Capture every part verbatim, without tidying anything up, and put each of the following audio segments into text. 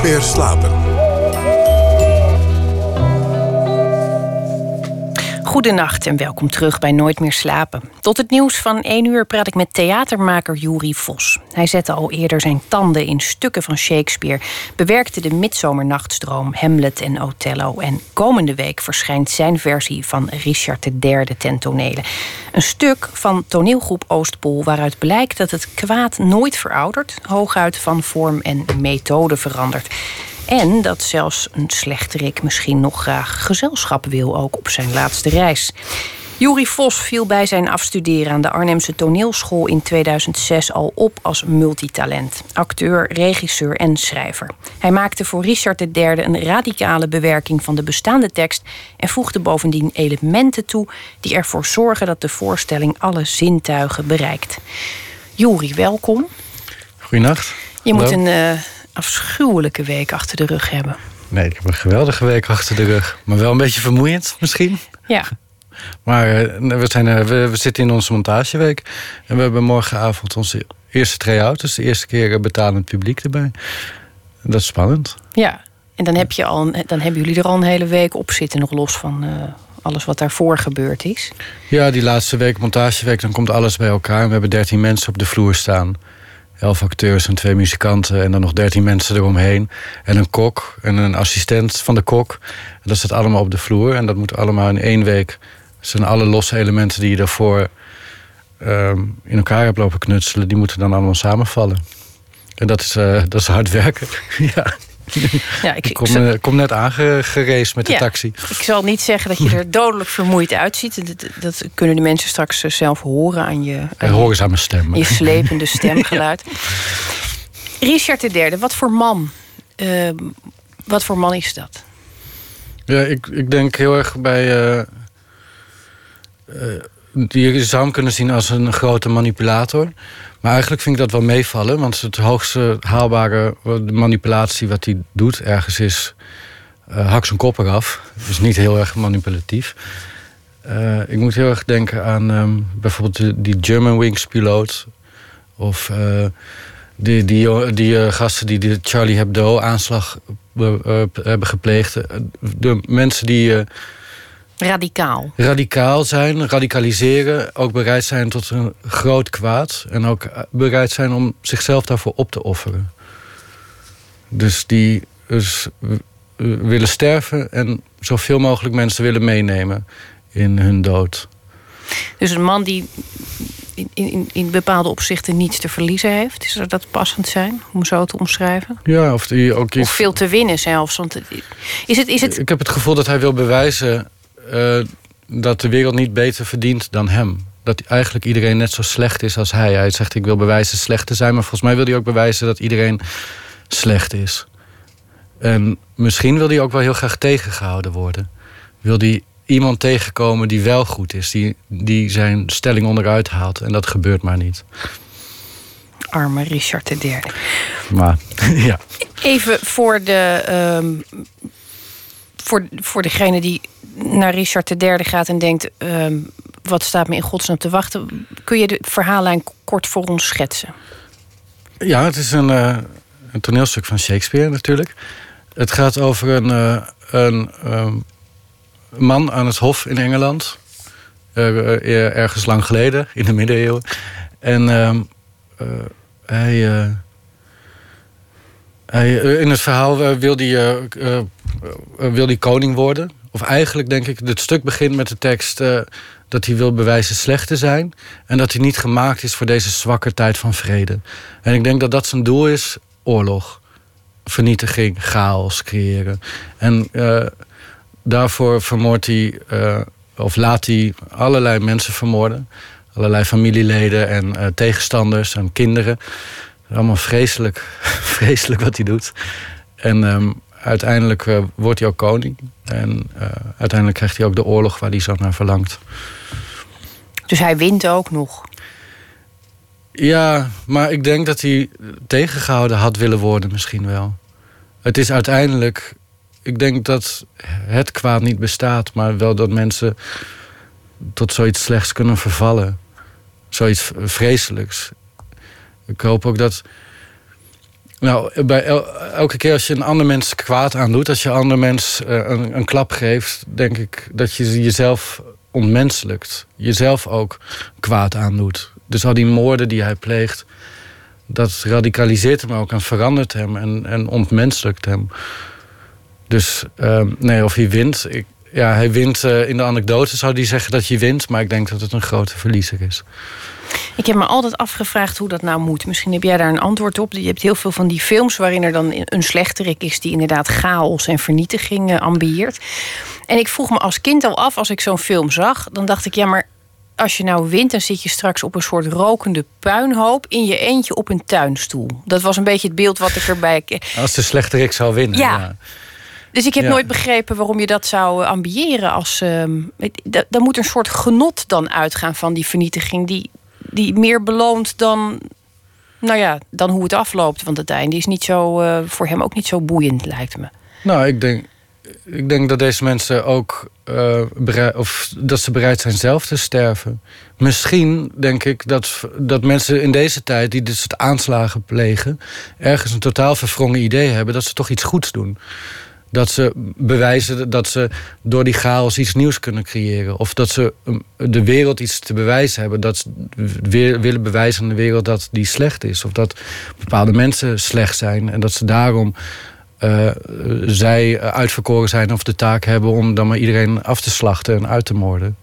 meer slapen. Goedenacht en welkom terug bij Nooit meer slapen. Tot het nieuws van één uur praat ik met theatermaker Joeri Vos. Hij zette al eerder zijn tanden in stukken van Shakespeare, bewerkte de Midsomernachtsdroom, Hamlet en Othello. En komende week verschijnt zijn versie van Richard de Derde ten tonele. Een stuk van toneelgroep Oostpol waaruit blijkt dat het kwaad nooit veroudert, hooguit van vorm en methode verandert. En dat zelfs een slechterik misschien nog graag gezelschap wil, ook op zijn laatste reis. Joeri Vos viel bij zijn afstuderen aan de Arnhemse toneelschool in tweeduizend zes al op als multitalent. Acteur, regisseur en schrijver. Hij maakte voor Richard de Derde een radicale bewerking van de bestaande tekst en voegde bovendien elementen toe die ervoor zorgen dat de voorstelling alle zintuigen bereikt. Joeri, welkom. Goeienacht. Je Hallo. moet een uh, afschuwelijke week achter de rug hebben. Nee, ik heb een geweldige week achter de rug. Maar wel een beetje vermoeiend misschien. Ja. Maar uh, we, zijn, uh, we, we zitten in onze montageweek. En we hebben morgenavond onze eerste try-out. Dus de eerste keer betalend publiek erbij. Dat is spannend. Ja, en dan, heb je al een, dan hebben jullie er al een hele week op zitten, nog los van uh, alles wat daarvoor gebeurd is. Ja, die laatste week, montageweek, dan komt alles bij elkaar. En we hebben dertien mensen op de vloer staan. Elf acteurs en twee muzikanten en dan nog dertien mensen eromheen. En een kok en een assistent van de kok. En dat staat allemaal op de vloer. En dat moet allemaal in één week. Dat zijn alle losse elementen die je daarvoor um, in elkaar hebt lopen knutselen. Die moeten dan allemaal samenvallen. En dat is, uh, dat is hard werken. Ja. Ja, ik, ik kom, ik zal, uh, kom net aangereisd met de ja, taxi. Ik zal niet zeggen dat je er dodelijk vermoeid uitziet. Dat, dat kunnen de mensen straks zelf horen aan je, En horen ze aan mijn stem. je slepende stemgeluid. Ja. Richard de Derde, wat voor man? Uh, wat voor man is dat? Ja, ik, ik denk heel erg bij... Uh, uh, je zou hem kunnen zien als een grote manipulator. Maar eigenlijk vind ik dat wel meevallen. Want het hoogste haalbare manipulatie wat hij doet ergens is... Uh, hak zijn kop eraf. Dus niet heel erg manipulatief. Uh, ik moet heel erg denken aan um, bijvoorbeeld de, die Germanwings piloot. Of uh, die, die, die uh, gasten die de Charlie Hebdo aanslag uh, uh, hebben gepleegd. De mensen die... Uh, Radicaal. Radicaal zijn, radicaliseren. Ook bereid zijn tot een groot kwaad. En ook bereid zijn om zichzelf daarvoor op te offeren. Dus die dus willen sterven en zoveel mogelijk mensen willen meenemen in hun dood. Dus een man die in, in, in bepaalde opzichten niets te verliezen heeft. Zou dat passend zijn, om zo te omschrijven? Ja, of, die ook iets... of veel te winnen zelfs. Want is het, is het... Ik heb het gevoel dat hij wil bewijzen... Uh, dat de wereld niet beter verdient dan hem. Dat eigenlijk iedereen net zo slecht is als hij. Hij zegt, ik wil bewijzen slecht te zijn... maar volgens mij wil hij ook bewijzen dat iedereen slecht is. En misschien wil hij ook wel heel graag tegengehouden worden. Wil hij iemand tegenkomen die wel goed is... die, die zijn stelling onderuit haalt. En dat gebeurt maar niet. Arme Richard de Derde. Maar, ja. Even voor de... Um, voor, voor degene die naar Richard de Derde gaat en denkt... Um, wat staat me in godsnaam te wachten? Kun je de verhaallijn kort voor ons schetsen? Ja, het is een, uh, een toneelstuk van Shakespeare natuurlijk. Het gaat over een, uh, een um, man aan het hof in Engeland. Uh, ergens lang geleden, in de middeleeuwen. En uh, uh, hij... Uh, hij uh, in het verhaal uh, wil hij uh, uh, uh, wil hij koning worden... Of eigenlijk denk ik, het stuk begint met de tekst... Uh, dat hij wil bewijzen slecht te zijn... en dat hij niet gemaakt is voor deze zwakke tijd van vrede. En ik denk dat dat zijn doel is, oorlog. Vernietiging, chaos creëren. En uh, daarvoor vermoordt hij... Uh, of laat hij allerlei mensen vermoorden. Allerlei familieleden en uh, tegenstanders en kinderen. Allemaal vreselijk, vreselijk wat hij doet. En... Um, Uiteindelijk uh, wordt hij ook koning. En uh, uiteindelijk krijgt hij ook de oorlog waar hij zo naar verlangt. Dus hij wint ook nog? Ja, maar ik denk dat hij tegengehouden had willen worden misschien wel. Het is uiteindelijk... Ik denk dat het kwaad niet bestaat... maar wel dat mensen tot zoiets slechts kunnen vervallen. Zoiets vreselijks. Ik hoop ook dat... Nou, bij el- elke keer als je een ander mens kwaad aandoet, als je een ander mens uh, een, een klap geeft, denk ik dat je jezelf ontmenselijkt. Jezelf ook kwaad aandoet. Dus al die moorden die hij pleegt, dat radicaliseert hem ook en verandert hem en, en ontmenselijkt hem. Dus uh, nee, of hij wint. Ik, ja, hij wint uh, in de anekdote, zou hij zeggen dat hij wint, maar ik denk dat het een grote verliezer is. Ik heb me altijd afgevraagd hoe dat nou moet. Misschien heb jij daar een antwoord op. Je hebt heel veel van die films waarin er dan een slechterik is die inderdaad chaos en vernietiging uh, ambieert. En ik vroeg me als kind al af, als ik zo'n film zag, dan dacht ik, ja, maar als je nou wint, dan zit je straks op een soort rokende puinhoop in je eentje op een tuinstoel. Dat was een beetje het beeld wat ik erbij... Als de slechterik zou winnen. Ja. ja. Dus ik heb ja. nooit begrepen waarom je dat zou ambiëren. Als, uh, daar moet een soort genot dan uitgaan van die vernietiging die, die meer beloont dan, nou ja, dan hoe het afloopt. Want het einde is niet zo, uh, voor hem ook niet zo boeiend, lijkt me. Nou, ik denk, ik denk dat deze mensen ook uh, bereid, of dat ze bereid zijn zelf te sterven. Misschien denk ik dat, dat mensen in deze tijd die dit soort aanslagen plegen, ergens een totaal verwrongen idee hebben dat ze toch iets goeds doen. Dat ze bewijzen dat ze door die chaos iets nieuws kunnen creëren. Of dat ze de wereld iets te bewijzen hebben. Dat ze weer willen bewijzen aan de wereld dat die slecht is. Of dat bepaalde mensen slecht zijn. En dat ze daarom uh, zij uitverkoren zijn of de taak hebben om dan maar iedereen af te slachten en uit te moorden.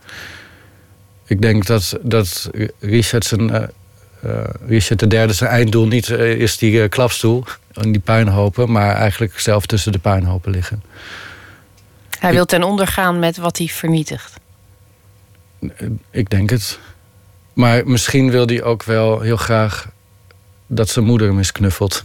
Ik denk dat, dat Richard zijn... Uh, Uh, Richard de derde zijn einddoel niet uh, is die uh, klapstoel en die puinhopen, maar eigenlijk zelf tussen de puinhopen liggen. Hij ik, wil ten onder gaan met wat hij vernietigt. Uh, ik denk het. Maar misschien wil hij ook wel heel graag dat zijn moeder hem eens knuffelt.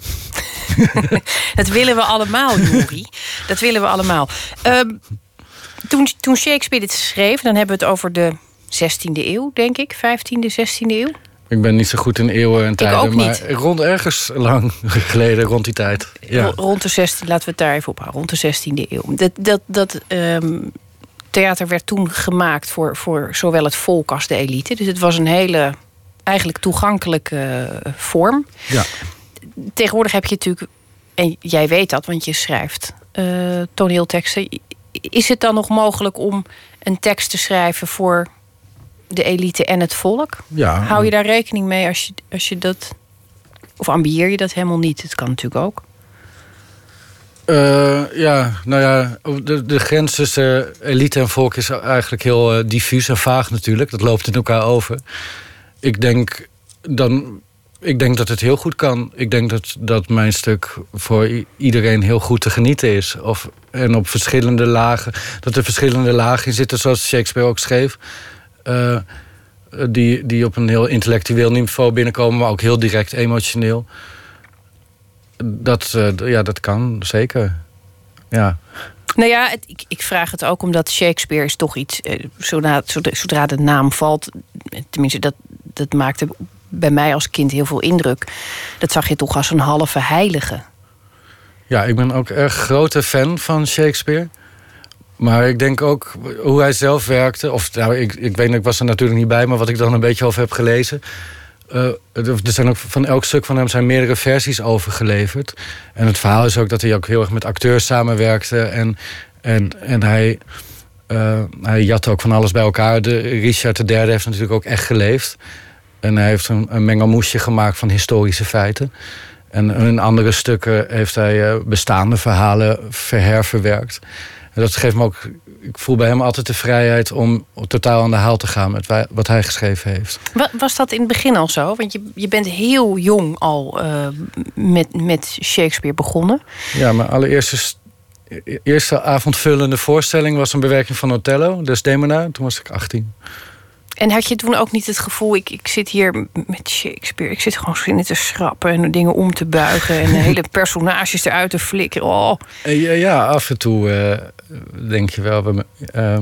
Dat willen we allemaal, Joeri. Dat willen we allemaal. Uh, toen, toen Shakespeare dit schreef, dan hebben we het over de zestiende eeuw, denk ik. vijftiende, zestiende eeuw. Ik ben niet zo goed in eeuwen en tijden, maar rond ergens lang geleden, rond die tijd. Ja. Rond de zestiende, laten we het daar even ophouden. Rond de zestiende eeuw. Dat, dat, dat um, theater werd toen gemaakt voor, voor zowel het volk als de elite. Dus het was een hele, eigenlijk toegankelijke uh, vorm. Ja. Tegenwoordig heb je natuurlijk, en jij weet dat, want je schrijft uh, toneelteksten. Is het dan nog mogelijk om een tekst te schrijven voor de elite en het volk? Ja. Hou je daar rekening mee als je, als je dat... Of ambieer je dat helemaal niet? Het kan natuurlijk ook. Uh, ja, nou ja, de, de grens tussen uh, elite en volk is eigenlijk heel uh, diffuus en vaag natuurlijk. Dat loopt in elkaar over. Ik denk, dan, ik denk dat het heel goed kan. Ik denk dat, dat mijn stuk voor i- iedereen heel goed te genieten is. Of, en op verschillende lagen, dat er verschillende lagen in zitten, zoals Shakespeare ook schreef. Uh, die, die op een heel intellectueel niveau binnenkomen, maar ook heel direct emotioneel. Dat, uh, ja, dat kan, zeker. Ja. Nou ja, het, ik, ik vraag het ook omdat Shakespeare is toch iets... Eh, zodra, zodra de naam valt... Tenminste, dat, dat maakte bij mij als kind heel veel indruk. Dat zag je toch als een halve heilige. Ja, ik ben ook erg grote fan van Shakespeare. Maar ik denk ook hoe hij zelf werkte. Of nou, ik, ik weet niet, ik was er natuurlijk niet bij, maar wat ik dan een beetje over heb gelezen. Uh, er zijn ook van elk stuk van hem zijn meerdere versies overgeleverd. En het verhaal is ook dat hij ook heel erg met acteurs samenwerkte. En, en, en hij, uh, hij jat ook van alles bij elkaar. De, Richard de derde heeft natuurlijk ook echt geleefd. En hij heeft een, een mengelmoesje gemaakt van historische feiten. En in andere stukken heeft hij uh, bestaande verhalen verherverwerkt. En dat geeft me ook... Ik voel bij hem altijd de vrijheid om totaal aan de haal te gaan met wat hij geschreven heeft. Was dat in het begin al zo? Want je, je bent heel jong al uh, met, met Shakespeare begonnen. Ja, mijn allereerste eerste avondvullende voorstelling was een bewerking van Othello, Desdemona. Toen was ik achttien. En had je toen ook niet het gevoel, ik, ik zit hier met Shakespeare... ik zit gewoon zinnen te schrappen en dingen om te buigen... en hele personages eruit te flikkeren. Oh. Ja, ja, af en toe uh, denk je wel... Uh,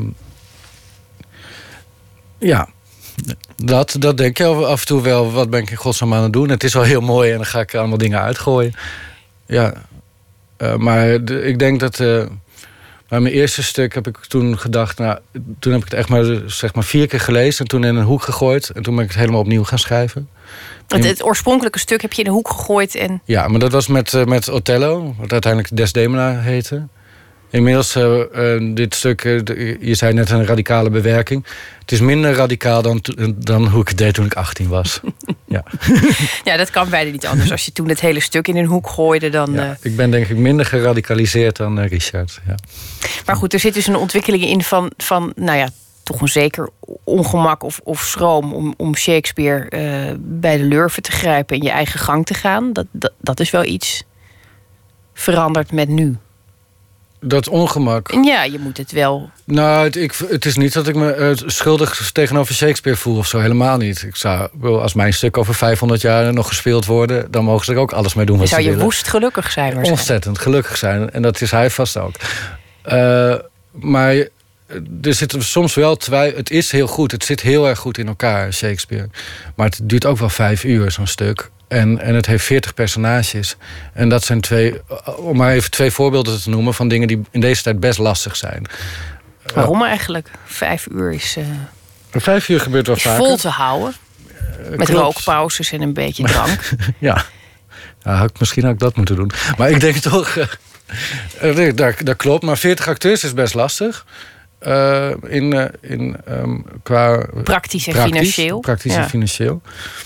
ja, dat, dat denk je af en toe wel. Wat ben ik in godsnaam aan het doen? Het is wel heel mooi en dan ga ik allemaal dingen uitgooien. Ja, uh, maar de, ik denk dat... Uh, Maar mijn eerste stuk heb ik toen gedacht... Nou, toen heb ik het echt maar, zeg maar vier keer gelezen... en toen in een hoek gegooid. En toen ben ik het helemaal opnieuw gaan schrijven. Het, het oorspronkelijke stuk heb je in een hoek gegooid en... Ja, maar dat was met, uh, met Othello, wat uiteindelijk Desdemona heette. Inmiddels, uh, uh, dit stuk, uh, je zei net een radicale bewerking. Het is minder radicaal dan, dan hoe ik het deed toen ik achttien was. Ja. Ja, dat kan bijna niet anders. Als je toen het hele stuk in een hoek gooide, dan... Ja, uh... ik ben denk ik minder geradicaliseerd dan uh, Richard. Ja. Maar goed, er zit dus een ontwikkeling in van, van nou ja, toch een zeker ongemak of, of schroom... om, om Shakespeare uh, bij de lurven te grijpen en je eigen gang te gaan. Dat, dat, dat is wel iets veranderd met nu. Dat ongemak. En ja, je moet het wel... Nou, het, ik, het is niet dat ik me uh, schuldig tegenover Shakespeare voel of zo. Helemaal niet. Ik zou, als mijn stuk over vijfhonderd jaar nog gespeeld worden... dan mogen ze er ook alles mee doen wat zou ze willen. Zou je woest gelukkig zijn? Ontzettend gelukkig zijn. En dat is hij vast ook. Uh, maar er zit soms wel twijfel. Het is heel goed. Het zit heel erg goed in elkaar, Shakespeare. Maar het duurt ook wel vijf uur, zo'n stuk. En, en het heeft veertig personages. En dat zijn twee, om maar even twee voorbeelden te noemen... van dingen die in deze tijd best lastig zijn. Waarom uh, eigenlijk? Vijf uur is... Uh, vijf uur gebeurt wel is vaker. vol te houden. Uh, Met klopt. rookpauzes en een beetje drank. Ja, nou, had ik, misschien had ik dat moeten doen. Maar ik denk toch... Uh, uh, dat, dat klopt, maar veertig acteurs is best lastig. Uh, in, uh, in, um, qua praktisch en praktisch, financieel. Praktisch ja. en financieel.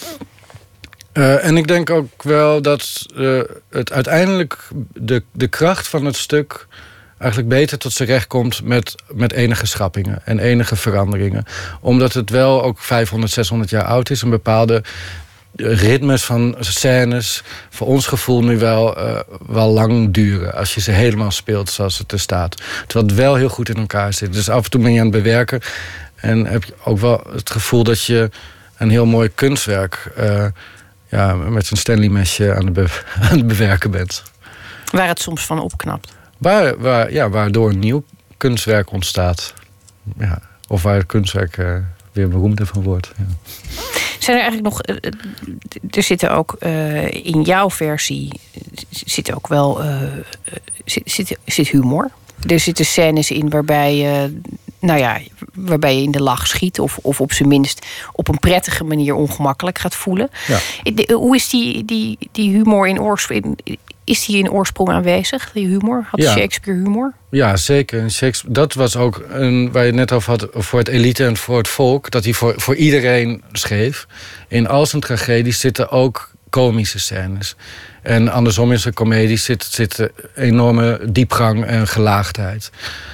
Uh, en ik denk ook wel dat uh, het uiteindelijk de, de kracht van het stuk... eigenlijk beter tot zijn recht komt met, met enige schrappingen en enige veranderingen. Omdat het wel ook vijfhonderd, zeshonderd jaar oud is. Een bepaalde ritmes van scènes voor ons gevoel nu wel, uh, wel lang duren. Als je ze helemaal speelt zoals het er staat. Terwijl het wel heel goed in elkaar zit. Dus af en toe ben je aan het bewerken. En heb je ook wel het gevoel dat je een heel mooi kunstwerk... Uh, ja, met zijn Stanley-mesje aan, be- aan het bewerken bent. Waar het soms van opknapt. Waar, waar, ja, waardoor een nieuw kunstwerk ontstaat. Ja, of waar het kunstwerk uh, weer beroemder van wordt. Ja. Zijn er eigenlijk nog... Uh, er zitten ook uh, in jouw versie... zit ook wel... Uh, zit, zit, zit humor. Er zitten scènes in waarbij... Uh, nou ja, waarbij je in de lach schiet... of, of op zijn minst op een prettige manier ongemakkelijk gaat voelen. Ja. De, hoe is die, die, die humor in oorsprong... Is die in oorsprong aanwezig, die humor? Had ja. Shakespeare humor? Ja, zeker. Shakespeare, dat was ook een, waar je het net over had... voor het elite en voor het volk... dat hij voor, voor iedereen schreef. In al zijn tragedies zitten ook komische scènes. En andersom in zijn comedies zit, zit enorme diepgang en gelaagdheid.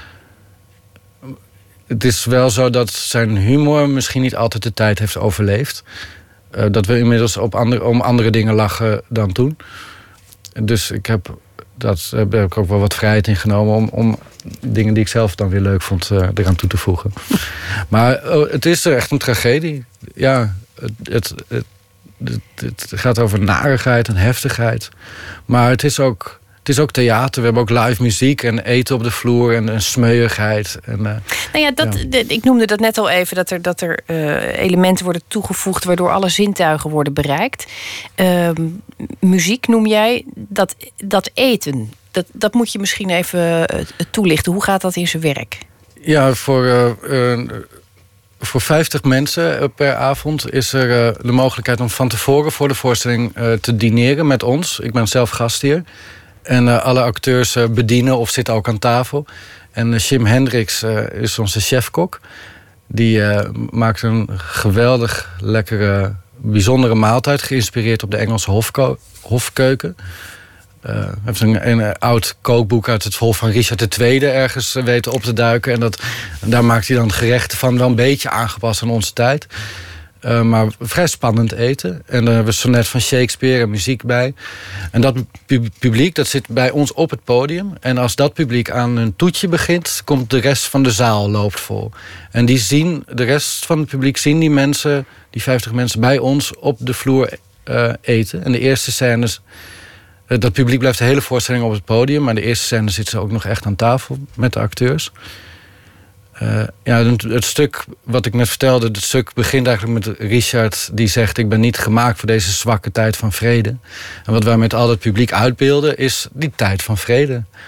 Het is wel zo dat zijn humor misschien niet altijd de tijd heeft overleefd. Uh, dat we inmiddels op andere, om andere dingen lachen dan toen. Dus ik heb, dat, daar heb ik ook wel wat vrijheid in genomen... om, om dingen die ik zelf dan weer leuk vond uh, eraan toe te voegen. Maar uh, het is echt een tragedie. Ja, het, het, het, het, het gaat over narigheid en heftigheid. Maar het is ook... Het is ook theater, we hebben ook live muziek en eten op de vloer en, en smeuigheid. En, uh, nou ja, dat, ja. De, ik noemde dat net al even, dat er, dat er uh, elementen worden toegevoegd... waardoor alle zintuigen worden bereikt. Uh, muziek noem jij, dat, dat eten, dat, dat moet je misschien even uh, toelichten. Hoe gaat dat in zijn werk? Ja, voor... Uh, uh, Voor vijftig mensen per avond is er uh, de mogelijkheid om van tevoren voor de voorstelling uh, te dineren met ons. Ik ben zelf gastheer. En uh, alle acteurs uh, bedienen of zitten ook aan tafel. En uh, Jim Hendricks uh, is onze chefkok. Die uh, maakt een geweldig lekkere, bijzondere maaltijd... geïnspireerd op de Engelse hofko- hofkeuken. Hij uh, heeft een, een, een oud kookboek uit het Hof van Richard de Tweede... ergens uh, weten op te duiken. En, dat, en daar maakt hij dan gerechten van, wel een beetje aangepast aan onze tijd. Uh, maar vrij spannend eten. En dan hebben we sonnet van Shakespeare en muziek bij. En dat pu- publiek, dat zit bij ons op het podium. En als dat publiek aan een toetje begint... komt de rest van de zaal loopt vol. En die zien, de rest van het publiek zien die mensen... die vijftig mensen bij ons op de vloer uh, eten. En de eerste scènes... Uh, dat publiek blijft de hele voorstelling op het podium... maar de eerste scène zitten ze ook nog echt aan tafel met de acteurs... Uh, ja, het stuk wat ik net vertelde, het stuk begint eigenlijk met Richard die zegt... ik ben niet gemaakt voor deze zwakke tijd van vrede. En wat wij met al het publiek uitbeelden is die tijd van vrede.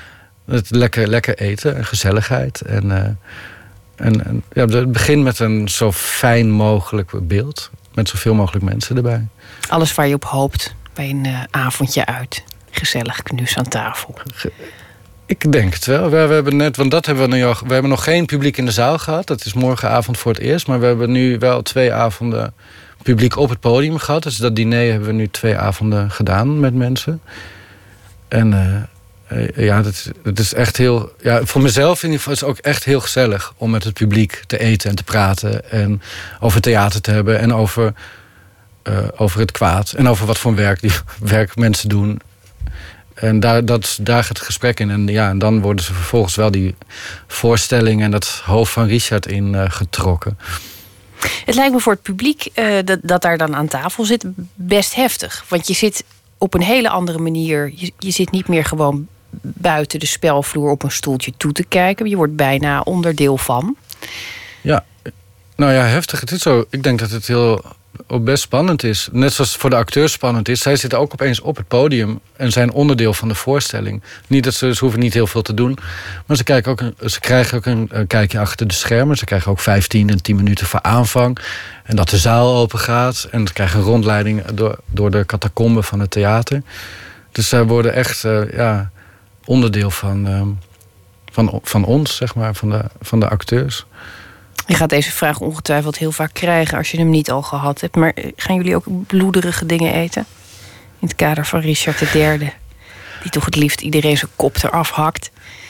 Het lekker, lekker eten en gezelligheid. En, uh, en, en ja, het begint met een zo fijn mogelijk beeld. Met zoveel mogelijk mensen erbij. Alles waar je op hoopt bij een uh, avondje uit. Gezellig knus aan tafel. Ik denk het wel. We, we hebben net, want dat hebben we, nu al, we hebben nog geen publiek in de zaal gehad. Dat is morgenavond voor het eerst. Maar we hebben nu wel twee avonden publiek op het podium gehad. Dus dat diner hebben we nu twee avonden gedaan met mensen. En uh, ja, dat, dat is echt heel... Ja, voor mezelf in ieder geval is het ook echt heel gezellig om met het publiek te eten en te praten. En over theater te hebben en over, uh, over het kwaad. En over wat voor werk, die, werk mensen doen. En daar, dat, daar gaat het gesprek in. En, ja, en dan worden ze vervolgens wel die voorstelling en dat hoofd van Richard in uh, getrokken. Het lijkt me voor het publiek uh, dat, dat daar dan aan tafel zit best heftig. Want je zit op een hele andere manier. Je, je zit niet meer gewoon buiten de spelvloer op een stoeltje toe te kijken. Je wordt bijna onderdeel van. Ja, nou ja, heftig. Het is zo. Ik denk dat het heel... ook best spannend is. Net zoals voor de acteurs spannend is. Zij zitten ook opeens op het podium en zijn onderdeel van de voorstelling. Niet dat ze, ze hoeven niet heel veel te doen. Maar ze, kijken ook een, ze krijgen ook een, een kijkje achter de schermen. Ze krijgen ook vijftien en tien minuten voor aanvang. En dat de zaal open gaat. En ze krijgen een rondleiding door, door de catacomben van het theater. Dus zij worden echt uh, ja, onderdeel van, uh, van, van ons, zeg maar, van de, van de acteurs. Je gaat deze vraag ongetwijfeld heel vaak krijgen als je hem niet al gehad hebt. Maar gaan jullie ook bloederige dingen eten? In het kader van Richard de Derde. Die toch het liefst iedereen zijn kop eraf hakt.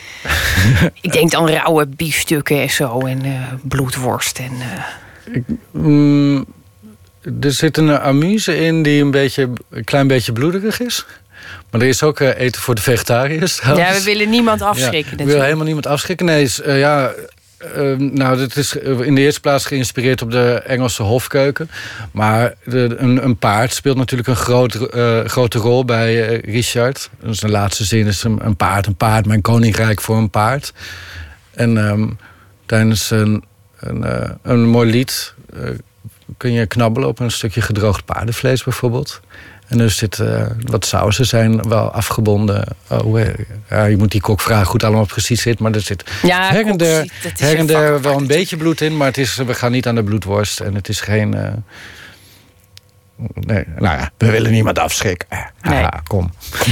Ik denk dan rauwe biefstukken en zo. En uh, bloedworst. En, uh... Ik, mm, er zit een amuse in die een, beetje, een klein beetje bloederig is. Maar er is ook uh, eten voor de vegetariërs. Ja, we willen niemand afschrikken. Ja, we willen helemaal niemand afschrikken. Nee, is, uh, ja... Uh, nou, het is in de eerste plaats geïnspireerd op de Engelse hofkeuken. Maar de, een, een paard speelt natuurlijk een groot, uh, grote rol bij uh, Richard. Dus de laatste zin is een, een paard, een paard, mijn koninkrijk voor een paard. En um, tijdens een, een, uh, een mooi lied uh, kun je knabbelen op een stukje gedroogd paardenvlees bijvoorbeeld. En er zit uh, wat sausen zijn wel afgebonden. Oh, ja, je moet die kok vragen hoe het allemaal precies zit. Maar er zit ja, her en der, her en der wel een het. beetje bloed in. Maar het is, we gaan niet aan de bloedworst. En het is geen... Uh... Nee, nou ja, we willen niemand afschrikken. Nee. Ah, kom.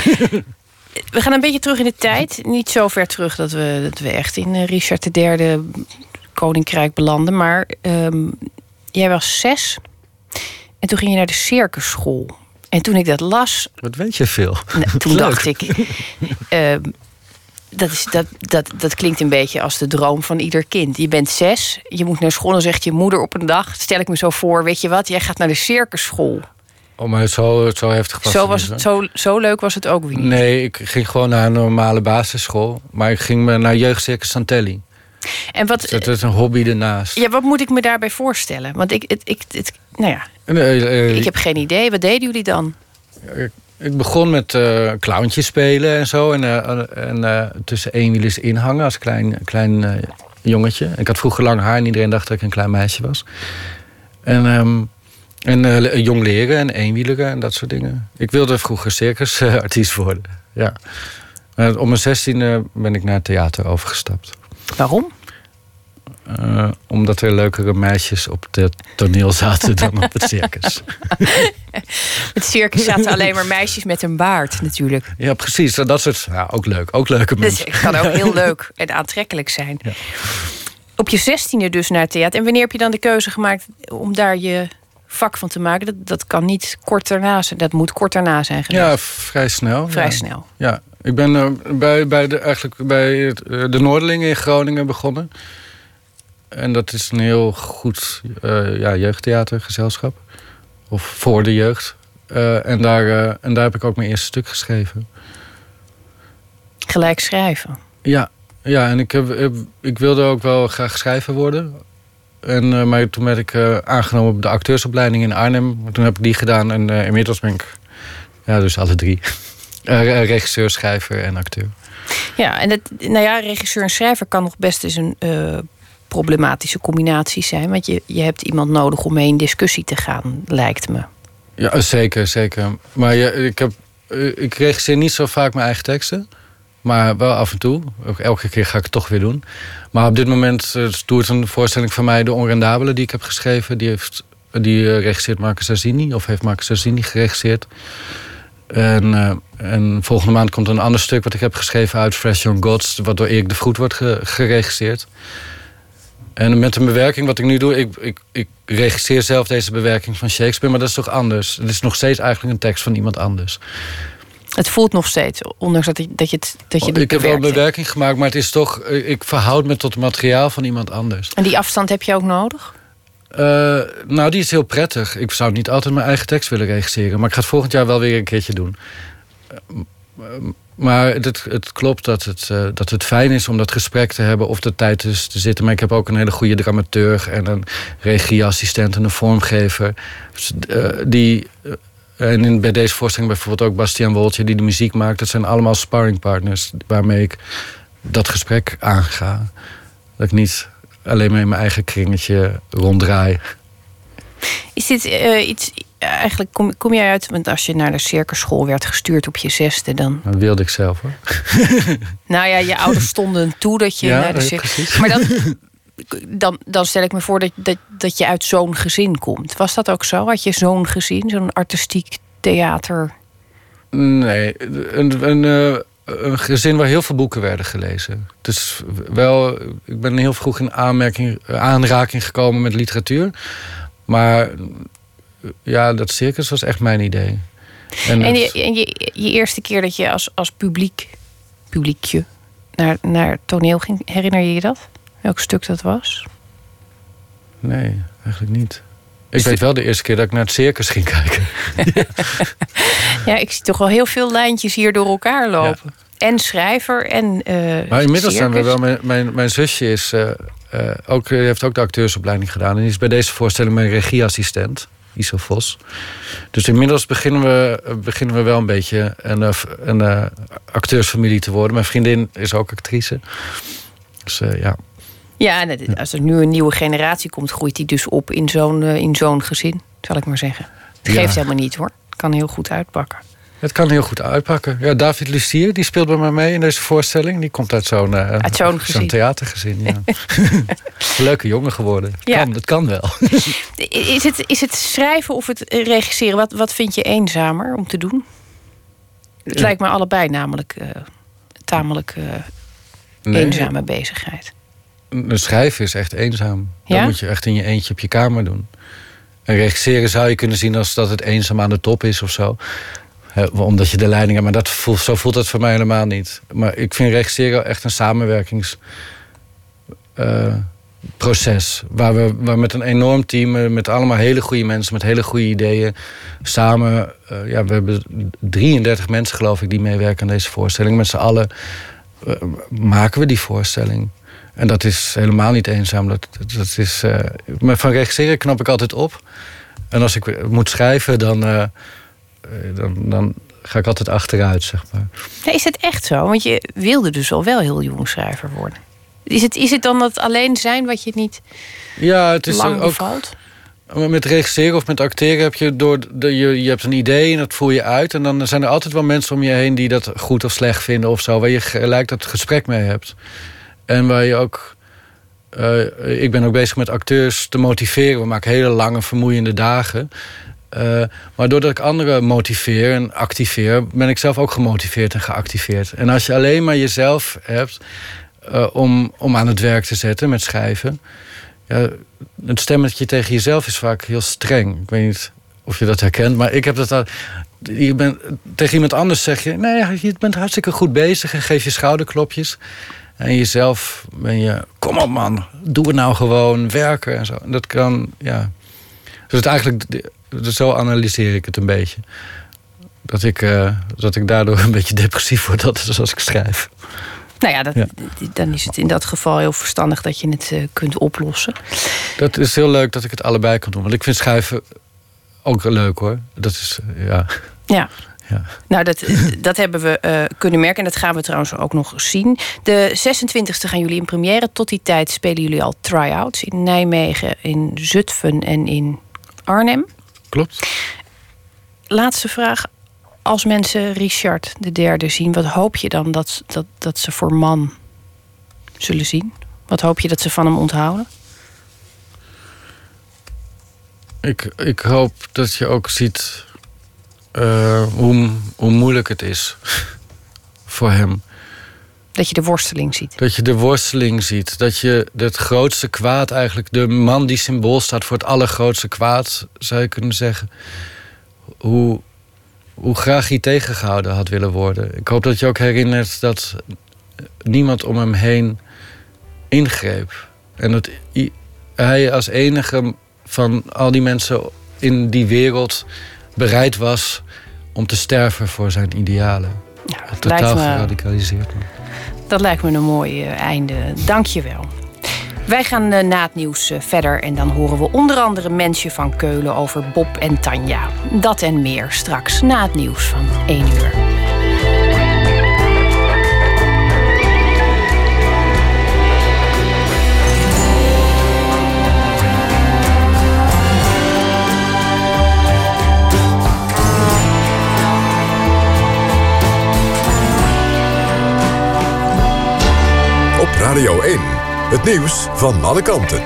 We gaan een beetje terug in de tijd. Niet zo ver terug dat we, dat we echt in uh, Richard de Derde koninkrijk belanden. Maar um, jij was zes. En toen ging je naar de circusschool. En toen ik dat las... Wat weet je veel. Nou, toen dacht ik... Uh, dat, is, dat, dat, dat klinkt een beetje als de droom van ieder kind. Je bent zes, je moet naar school... en dan zegt je moeder op een dag... stel ik me zo voor, weet je wat, jij gaat naar de circusschool. Oh, maar zo, zo heftig was zo het was het, zo, zo leuk was het ook weer niet. Nee, ik ging gewoon naar een normale basisschool. Maar ik ging naar Jeugdcircus Santelli. En wat, dus dat is een hobby ernaast. Ja, wat moet ik me daarbij voorstellen? Want ik, het, ik, het, nou ja, nee, uh, ik heb geen idee. Wat deden jullie dan? Ik, ik begon met uh, clowntjes spelen en zo. En, uh, en uh, tussen eenwielers inhangen als klein, klein uh, jongetje. Ik had vroeger lang haar en iedereen dacht dat ik een klein meisje was. En, um, en uh, jong leren en eenwieleren en dat soort dingen. Ik wilde vroeger circusartiest worden. Ja. Uh, op mijn zestiende ben ik naar het theater overgestapt. Waarom? Uh, omdat er leukere meisjes op het toneel zaten dan op het circus. Het circus zaten alleen maar meisjes met een baard natuurlijk. Ja, precies. Dat soort, ja, ook leuk. Ook leuke mensen. Dus het kan ook heel leuk en aantrekkelijk zijn. Ja. Op je zestiende dus naar het theater. En wanneer heb je dan de keuze gemaakt om daar je vak van te maken? Dat, dat kan niet kort daarna zijn. Dat moet kort daarna zijn geweest. Ja, vrij snel. Vrij ja. snel. Ja, ik ben uh, bij, bij, de, eigenlijk bij uh, de Noorderlingen in Groningen begonnen. En dat is een heel goed uh, ja, jeugdtheatergezelschap. Of voor de jeugd. Uh, en, daar, uh, en daar heb ik ook mijn eerste stuk geschreven. Gelijk schrijven? Ja, ja en ik, heb, heb, ik wilde ook wel graag schrijver worden. En, uh, maar toen werd ik uh, aangenomen op de acteursopleiding in Arnhem. Toen heb ik die gedaan en uh, inmiddels ben ik... Ja, dus alle drie. uh, regisseur, schrijver en acteur. Ja, en het, nou ja, regisseur en schrijver kan nog best eens een... Uh, problematische combinaties zijn. Want je, je hebt iemand nodig om mee in discussie te gaan, lijkt me. Ja, zeker, zeker. Maar ja, ik, heb, ik regisseer niet zo vaak mijn eigen teksten. Maar wel af en toe. Ook elke keer ga ik het toch weer doen. Maar op dit moment uh, doet een voorstelling van mij... De Onrendabele, die ik heb geschreven. Die, heeft, die uh, regisseert Marcus Arzini. Of heeft Marcus Arzini geregisseerd. En, uh, en volgende maand komt een ander stuk... wat ik heb geschreven uit Fresh Young Gods... wat door Erik de Vroet wordt ge- geregisseerd. En met een bewerking, wat ik nu doe... Ik, ik, ik regisseer zelf deze bewerking van Shakespeare... maar dat is toch anders? Het is nog steeds eigenlijk een tekst van iemand anders. Het voelt nog steeds, ondanks dat je, dat je het dat je oh, Ik heb wel een bewerking gemaakt, maar het is toch... Ik verhoud me tot het materiaal van iemand anders. En die afstand heb je ook nodig? Uh, nou, die is heel prettig. Ik zou niet altijd mijn eigen tekst willen regisseren... maar ik ga het volgend jaar wel weer een keertje doen. Uh, uh, maar het, het klopt dat het, uh, dat het fijn is om dat gesprek te hebben... of de tijd dus te zitten. Maar ik heb ook een hele goede dramaturg... en een regieassistent en een vormgever... Uh, die... Uh, En in, bij deze voorstelling bijvoorbeeld ook Bastiaan Woltje... die de muziek maakt. Dat zijn allemaal sparringpartners... waarmee ik dat gesprek aanga. Dat ik niet alleen maar in mijn eigen kringetje ronddraai. Is dit uh, iets... Eigenlijk kom, kom jij uit... want als je naar de circusschool werd gestuurd op je zesde... dan... Dat wilde ik zelf, hoor. Nou ja, je ouders stonden toe dat je ja, naar de circus... Maar dan, dan, dan stel ik me voor dat, dat, dat je uit zo'n gezin komt. Was dat ook zo? Had je zo'n gezin? Zo'n artistiek theater? Nee, een, een, een gezin waar heel veel boeken werden gelezen. Dus wel, ik ben heel vroeg in aanmerking, aanraking gekomen met literatuur. Maar ja, dat circus was echt mijn idee. En, en, je, het, en je, je eerste keer dat je als, als publiek, publiekje naar, naar toneel ging, herinner je je dat? Welk stuk dat was? Nee, eigenlijk niet. Ik weet wel de eerste keer dat ik naar het circus ging kijken. Ja, ik zie toch wel heel veel lijntjes hier door elkaar lopen. Ja. En schrijver en uh, maar inmiddels circus. zijn we wel... Mijn, mijn, mijn zusje is, uh, uh, ook, heeft ook de acteursopleiding gedaan. En die is bij deze voorstelling mijn regieassistent. Iso Vos. Dus inmiddels beginnen we, beginnen we wel een beetje een, een uh, acteursfamilie te worden. Mijn vriendin is ook actrice. Dus uh, ja... Ja, als er nu een nieuwe generatie komt... groeit die dus op in zo'n, uh, in zo'n gezin, zal ik maar zeggen. Het geeft ja. helemaal niet, hoor. Het kan heel goed uitpakken. Het kan heel goed uitpakken. Ja, David Lucier, die speelt bij mij mee in deze voorstelling. Die komt uit zo'n, uh, uit zo'n, zo'n theatergezin. Ja. Leuke jongen geworden. Ja. Kan, dat kan wel. Is het, is het schrijven of het regisseren? Wat, wat vind je eenzamer om te doen? Het ja. lijkt me allebei namelijk uh, tamelijk uh, nee. eenzame bezigheid. Een schrijven is echt eenzaam. Ja? Dat moet je echt in je eentje op je kamer doen. En regisseren zou je kunnen zien als dat het eenzaam aan de top is of zo. He, omdat je de leiding hebt. Maar dat voelt, zo voelt het voor mij helemaal niet. Maar ik vind regisseren echt een samenwerkingsproces. Uh, waar we waar met een enorm team, met allemaal hele goede mensen... met hele goede ideeën, samen... Uh, ja, we hebben drieëndertig mensen, geloof ik, die meewerken aan deze voorstelling. Met z'n allen uh, maken we die voorstelling. En dat is helemaal niet eenzaam. Dat, dat, dat is, uh, maar van regisseren knap ik altijd op. En als ik moet schrijven, dan, uh, dan, dan ga ik altijd achteruit, zeg maar. Ja, is het echt zo? Want je wilde dus al wel heel jong schrijver worden. Is het, is het dan dat alleen zijn wat je niet ja, het is lang ook, bevalt? Met regisseren of met acteren heb je door de, je, je hebt een idee en dat voer je uit. En dan zijn er altijd wel mensen om je heen die dat goed of slecht vinden of zo. Waar je gelijk dat gesprek mee hebt. En waar je ook... Uh, ik ben ook bezig met acteurs te motiveren. We maken hele lange, vermoeiende dagen. Uh, maar doordat ik anderen motiveer en activeer... ben ik zelf ook gemotiveerd en geactiveerd. En als je alleen maar jezelf hebt... Uh, om, om aan het werk te zetten met schrijven... Ja, het stemmetje tegen jezelf is vaak heel streng. Ik weet niet of je dat herkent, maar ik heb dat al... Je bent, tegen iemand anders zeg je... nee, je bent hartstikke goed bezig en geef je schouderklopjes... En jezelf ben je, kom op man, doe het nou gewoon, werken en zo. En dat kan, ja. Dus het eigenlijk, dus zo analyseer ik het een beetje. Dat ik, uh, dat ik daardoor een beetje depressief word, dat is als ik schrijf. Nou ja, dat, ja, dan is het in dat geval heel verstandig dat je het uh, kunt oplossen. Dat is heel leuk dat ik het allebei kan doen. Want ik vind schrijven ook leuk, hoor. Dat is, uh, ja... Ja. Ja. Nou, dat, dat hebben we uh, kunnen merken. En dat gaan we trouwens ook nog zien. De zesentwintigste gaan jullie in première. Tot die tijd spelen jullie al try-outs in Nijmegen, in Zutphen en in Arnhem. Klopt. Laatste vraag. Als mensen Richard de derde zien, wat hoop je dan dat, dat, dat ze voor man zullen zien? Wat hoop je dat ze van hem onthouden? Ik, ik hoop dat je ook ziet uh, hoe, hoe moeilijk het is voor hem. Dat je de worsteling ziet. Dat je de worsteling ziet. Dat je het grootste kwaad eigenlijk... de man die symbool staat voor het allergrootste kwaad, zou je kunnen zeggen. Hoe, hoe graag hij tegengehouden had willen worden. Ik hoop dat je ook herinnert dat niemand om hem heen ingreep. En dat hij als enige van al die mensen in die wereld bereid was om te sterven voor zijn idealen. Ja, totaal me, geradicaliseerd. Dat lijkt me een mooi uh, einde. Dank je wel. Wij gaan uh, na het nieuws uh, verder en dan horen we onder andere Mensje van Keulen over Bob en Tanja. Dat en meer straks na het nieuws van één uur. Radio één, het nieuws van alle kanten.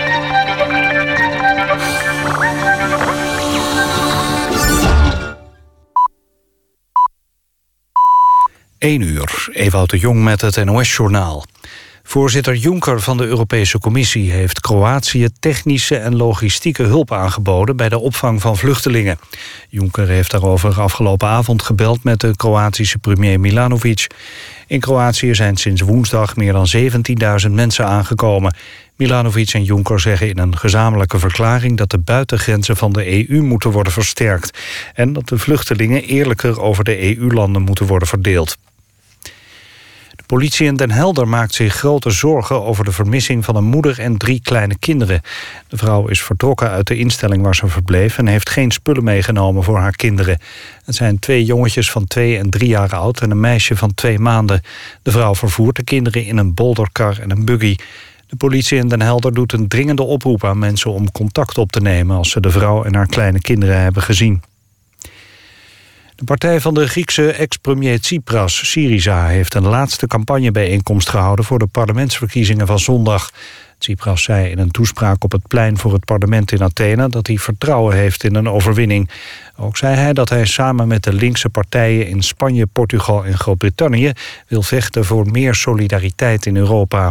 één uur, Ewout de Jong met het N O S-journaal. Voorzitter Juncker van de Europese Commissie heeft Kroatië technische en logistieke hulp aangeboden bij de opvang van vluchtelingen. Juncker heeft daarover afgelopen avond gebeld met de Kroatische premier Milanovic. In Kroatië zijn sinds woensdag meer dan zeventienduizend mensen aangekomen. Milanovic en Juncker zeggen in een gezamenlijke verklaring dat de buitengrenzen van de E U moeten worden versterkt en dat de vluchtelingen eerlijker over de E U-landen moeten worden verdeeld. De politie in Den Helder maakt zich grote zorgen over de vermissing van een moeder en drie kleine kinderen. De vrouw is vertrokken uit de instelling waar ze verbleef en heeft geen spullen meegenomen voor haar kinderen. Het zijn twee jongetjes van twee en drie jaar oud en een meisje van twee maanden. De vrouw vervoert de kinderen in een bolderkar en een buggy. De politie in Den Helder doet een dringende oproep aan mensen om contact op te nemen als ze de vrouw en haar kleine kinderen hebben gezien. De partij van de Griekse ex-premier Tsipras, Syriza, heeft een laatste campagnebijeenkomst gehouden voor de parlementsverkiezingen van zondag. Tsipras zei in een toespraak op het plein voor het parlement in Athene dat hij vertrouwen heeft in een overwinning. Ook zei hij dat hij samen met de linkse partijen in Spanje, Portugal en Groot-Brittannië wil vechten voor meer solidariteit in Europa.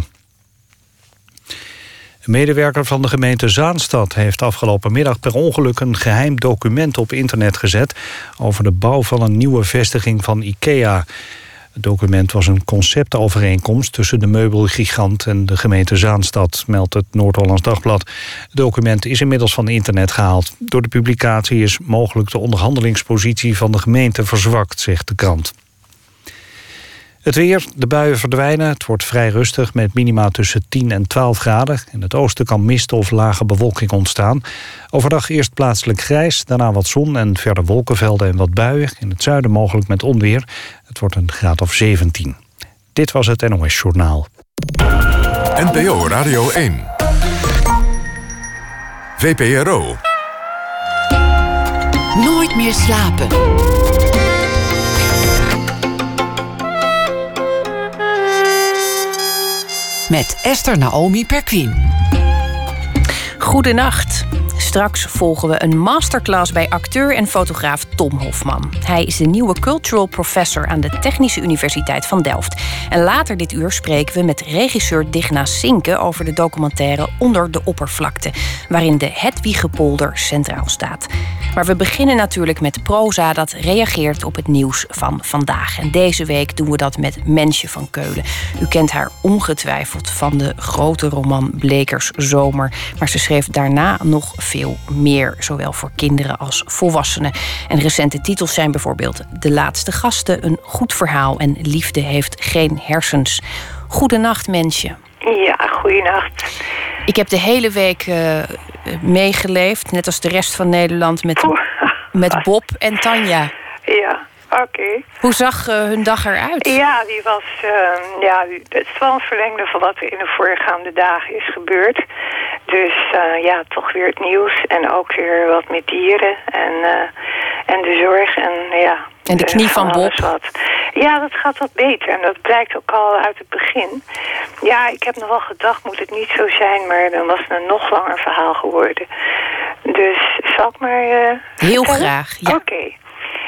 Een medewerker van de gemeente Zaanstad heeft afgelopen middag per ongeluk een geheim document op internet gezet over de bouw van een nieuwe vestiging van IKEA. Het document was een conceptovereenkomst tussen de meubelgigant en de gemeente Zaanstad, meldt het Noord-Hollands Dagblad. Het document is inmiddels van internet gehaald. Door de publicatie is mogelijk de onderhandelingspositie van de gemeente verzwakt, zegt de krant. Het weer, de buien verdwijnen. Het wordt vrij rustig met minima tussen tien en twaalf graden. In het oosten kan mist of lage bewolking ontstaan. Overdag eerst plaatselijk grijs, daarna wat zon en verder wolkenvelden en wat buien. In het zuiden mogelijk met onweer. Het wordt een graad of zeventien. Dit was het N O S-journaal. N P O Radio één. V P R O. Nooit meer slapen. Met Esther Naomi Perquin. Goedenacht. Straks volgen we een masterclass bij acteur en fotograaf Tom Hofman. Hij is de nieuwe cultural professor aan de Technische Universiteit van Delft. En later dit uur spreken we met regisseur Digna Sinke over de documentaire Onder de oppervlakte, waarin de Hedwigepolder centraal staat. Maar we beginnen natuurlijk met proza dat reageert op het nieuws van vandaag. En deze week doen we dat met Mensje van Keulen. U kent haar ongetwijfeld van de grote roman Blekers Zomer. Maar ze schreef daarna nog veel meer, zowel voor kinderen als volwassenen. En recente titels zijn bijvoorbeeld De Laatste Gasten, Een Goed Verhaal en Liefde heeft geen hersens. Goedenacht, Mensje. Ja, goedenacht. Ik heb de hele week uh, meegeleefd, net als de rest van Nederland, met, met Bob en Tanja. Ja, oké. Okay. Hoe zag uh, hun dag eruit? Ja, die was, uh, ja, het is wel een verlengde van wat er in de voorgaande dagen is gebeurd. Dus uh, ja, toch weer het nieuws en ook weer wat met dieren en, uh, en de zorg. En ja, En de knie van Bob? Wat. Ja, dat gaat wat beter. En dat blijkt ook al uit het begin. Ja, ik heb nog wel gedacht, moet het niet zo zijn, maar dan was het een nog langer verhaal geworden. Dus zal ik maar... Uh, Heel vertellen? graag, ja. Oké. Okay.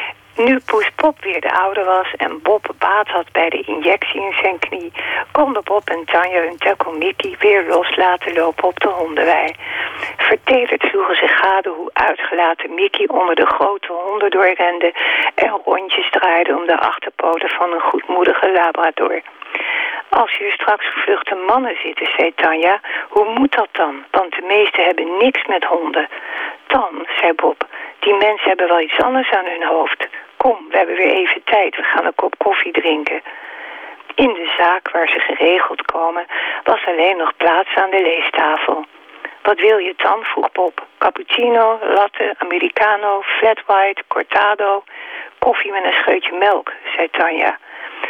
Nu Poes Bob weer de oude was en Bob baat had bij de injectie in zijn knie, konden Bob en Tanja hun tekkel Mickey weer los laten lopen op de hondenwei. Vertederd sloegen ze gade hoe uitgelaten Mickey onder de grote honden doorrende en rondjes draaide om de achterpoten van een goedmoedige labrador. Als hier straks gevluchte mannen zitten, zei Tanja, hoe moet dat dan? Want de meesten hebben niks met honden. Dan, zei Bob, die mensen hebben wel iets anders aan hun hoofd. Kom, we hebben weer even tijd, we gaan een kop koffie drinken. In de zaak waar ze geregeld komen, was alleen nog plaats aan de leestafel. Wat wil je dan? Vroeg Bob. Cappuccino, latte, americano, flat white, cortado. Koffie met een scheutje melk, zei Tanja.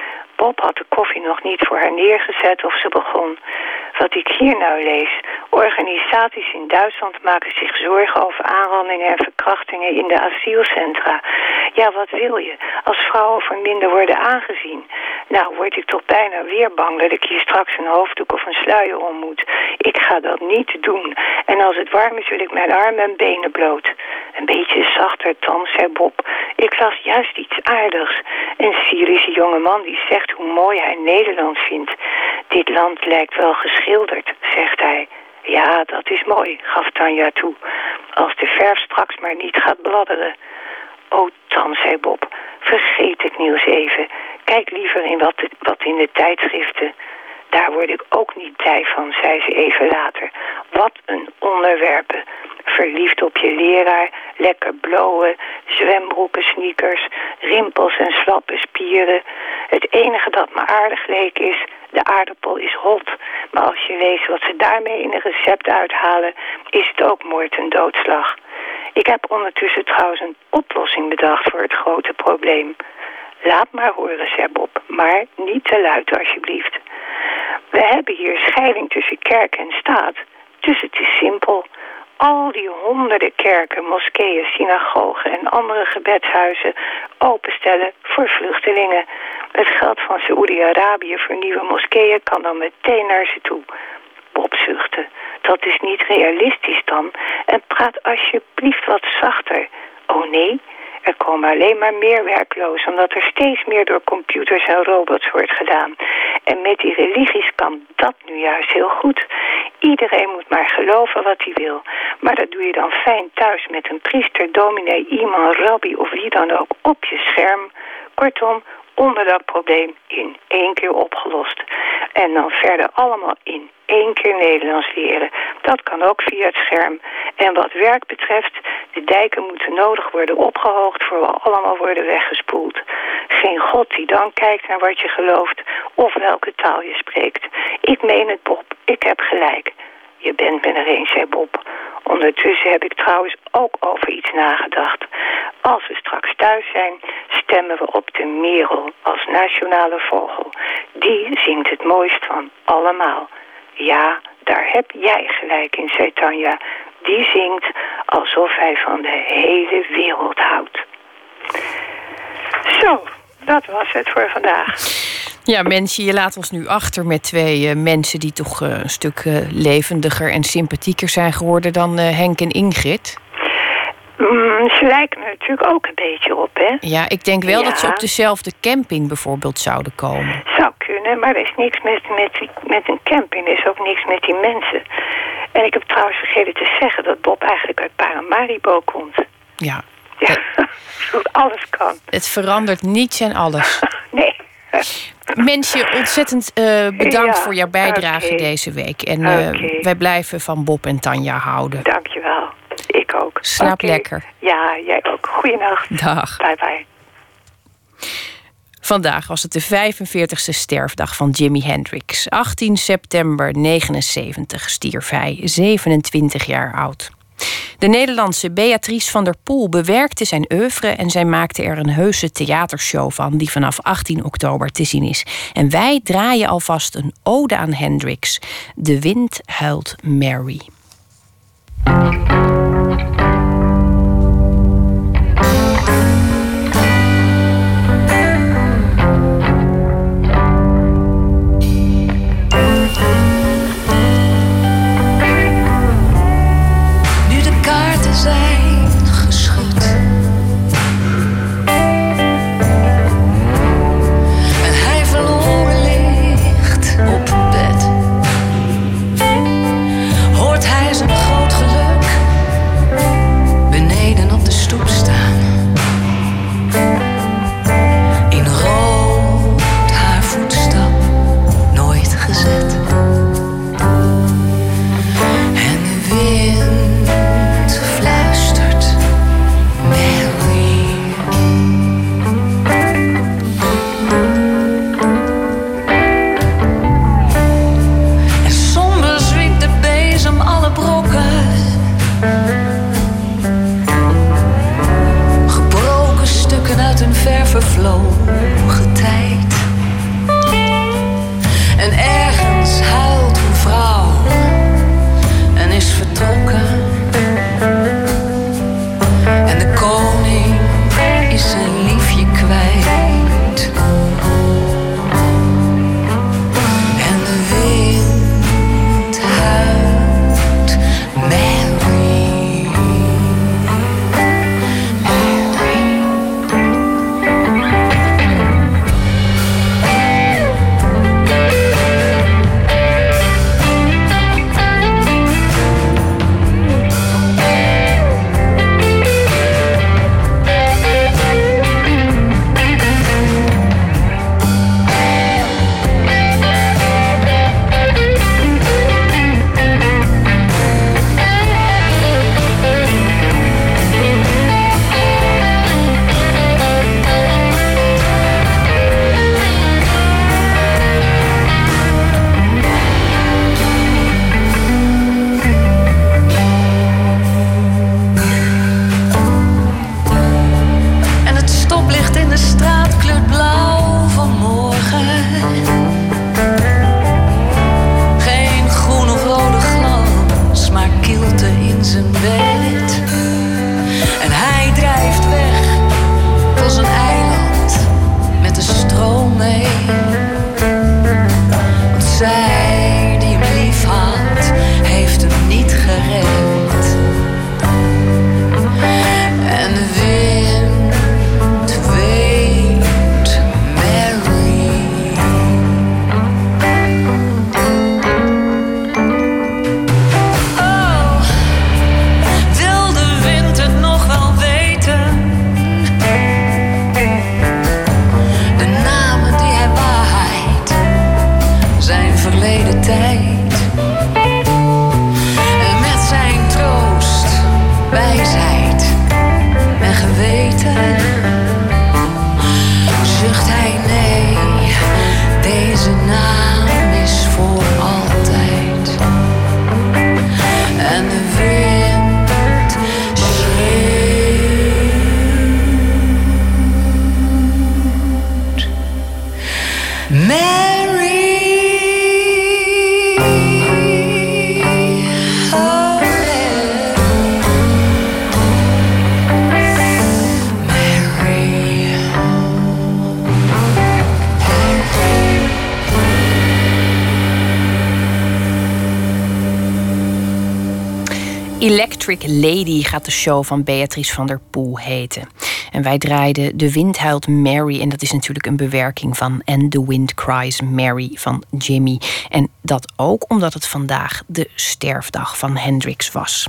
Bob had de koffie nog niet voor haar neergezet of ze begon. Wat ik hier nou lees. Organisaties in Duitsland maken zich zorgen over aanrandingen en verkrachtingen in de asielcentra. Ja, wat wil je? Als vrouwen verminder worden aangezien. Nou, word ik toch bijna weer bang dat ik hier straks een hoofddoek of een sluier om moet. Ik ga dat niet doen. En als het warm is, wil ik mijn armen en benen bloot. Een beetje zachter dan, zei Bob. Ik las juist iets aardigs. Een Syrische jongeman die zegt hoe mooi hij Nederland vindt. Dit land lijkt wel geschilderd, zegt hij. Ja, dat is mooi, gaf Tanja toe. Als de verf straks maar niet gaat bladderen. Oh, dan, zei Bob, vergeet het nieuws even. Kijk liever in wat, de, wat in de tijdschriften. Daar word ik ook niet blij van, zei ze even later. Wat een onderwerpen. Verliefd op je leraar, lekker blowen, zwembroeken, sneakers, rimpels en slappe spieren. Het enige dat me aardig leek is, de aardappel is hot. Maar als je leest wat ze daarmee in een recept uithalen, is het ook moord en doodslag. Ik heb ondertussen trouwens een oplossing bedacht voor het grote probleem. Laat maar horen, zei Bob, maar niet te luid alsjeblieft. We hebben hier scheiding tussen kerk en staat, dus het is simpel. Al die honderden kerken, moskeeën, synagogen en andere gebedshuizen openstellen voor vluchtelingen. Het geld van Saoedi-Arabië voor nieuwe moskeeën kan dan meteen naar ze toe. Bob zuchtte. Dat is niet realistisch dan. En praat alsjeblieft wat zachter. Oh nee, er komen alleen maar meer werklozen, omdat er steeds meer door computers en robots wordt gedaan. En met die religies kan dat nu juist heel goed. Iedereen moet maar geloven wat hij wil. Maar dat doe je dan fijn thuis met een priester, dominee, imam, rabbi of wie dan ook op je scherm. Kortom, onderdak-probleem in één keer opgelost. En dan verder allemaal in één keer Nederlands leren. Dat kan ook via het scherm. En wat werk betreft, de dijken moeten nodig worden opgehoogd voor we allemaal worden weggespoeld. Geen God die dan kijkt naar wat je gelooft of welke taal je spreekt. Ik meen het, Bob. Ik heb gelijk. Je bent me er eens, zei Bob. Ondertussen heb ik trouwens ook over iets nagedacht. Als we straks thuis zijn, stemmen we op de merel als nationale vogel. Die zingt het mooist van allemaal. Ja, daar heb jij gelijk in, zei Tanja. Die zingt alsof hij van de hele wereld houdt. Zo, dat was het voor vandaag. Ja, Mensje, je laat ons nu achter met twee uh, mensen die toch uh, een stuk uh, levendiger en sympathieker zijn geworden dan uh, Henk en Ingrid. Mm, ze lijken er natuurlijk ook een beetje op, hè? Ja, ik denk wel ja. dat ze op dezelfde camping bijvoorbeeld zouden komen. Zou kunnen, maar er is niks met, met, met een camping. Er is ook niks met die mensen. En ik heb trouwens vergeten te zeggen dat Bob eigenlijk uit Paramaribo komt. Ja. Ja, het, alles kan. Het verandert niets en alles. Nee. Mensje, ontzettend uh, bedankt ja, voor jouw bijdrage okay. deze week. En uh, okay. wij blijven van Bob en Tanja houden. Dankjewel. Ik ook. Slaap okay. lekker. Ja, jij ook. Goeienacht. Dag. Bye bye. Vandaag was het de vijfenveertigste sterfdag van Jimi Hendrix. achttien september negenenzeventig stierf hij, zevenentwintig jaar oud. De Nederlandse Beatrice van der Poel bewerkte zijn oeuvre en zij maakte er een heuse theatershow van die vanaf achttien oktober te zien is. En wij draaien alvast een ode aan Hendrix. De wind huilt Mary. Mary. Electric Lady gaat de show van Beatrice van der Poel heten. En wij draaiden De Wind Huilt Mary. En dat is natuurlijk een bewerking van And the Wind Cries Mary van Jimmy. En dat ook omdat het vandaag de sterfdag van Hendrix was.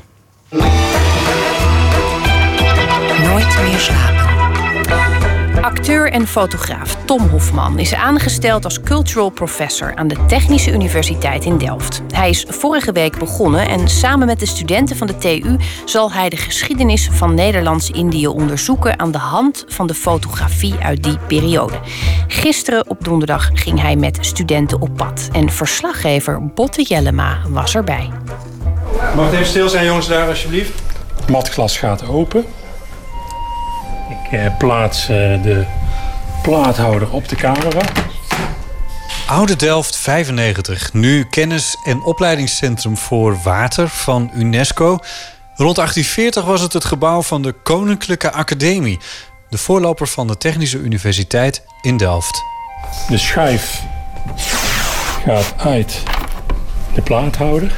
Nooit meer slapen. Acteur en fotograaf Tom Hofman is aangesteld als cultural professor aan de Technische Universiteit in Delft. Hij is vorige week begonnen en samen met de studenten van de T U zal hij de geschiedenis van Nederlands-Indië onderzoeken aan de hand van de fotografie uit die periode. Gisteren op donderdag ging hij met studenten op pad en verslaggever Botte Jellema was erbij. Mag het even stil zijn, jongens, daar alsjeblieft? Het matglas gaat open. Ik eh, plaats eh, de plaathouder op de camera. Oude Delft vijfennegentig, nu kennis- en opleidingscentrum voor water van UNESCO. Rond achttien veertig was het het gebouw van de Koninklijke Academie, de voorloper van de Technische Universiteit in Delft. De schijf gaat uit de plaathouder.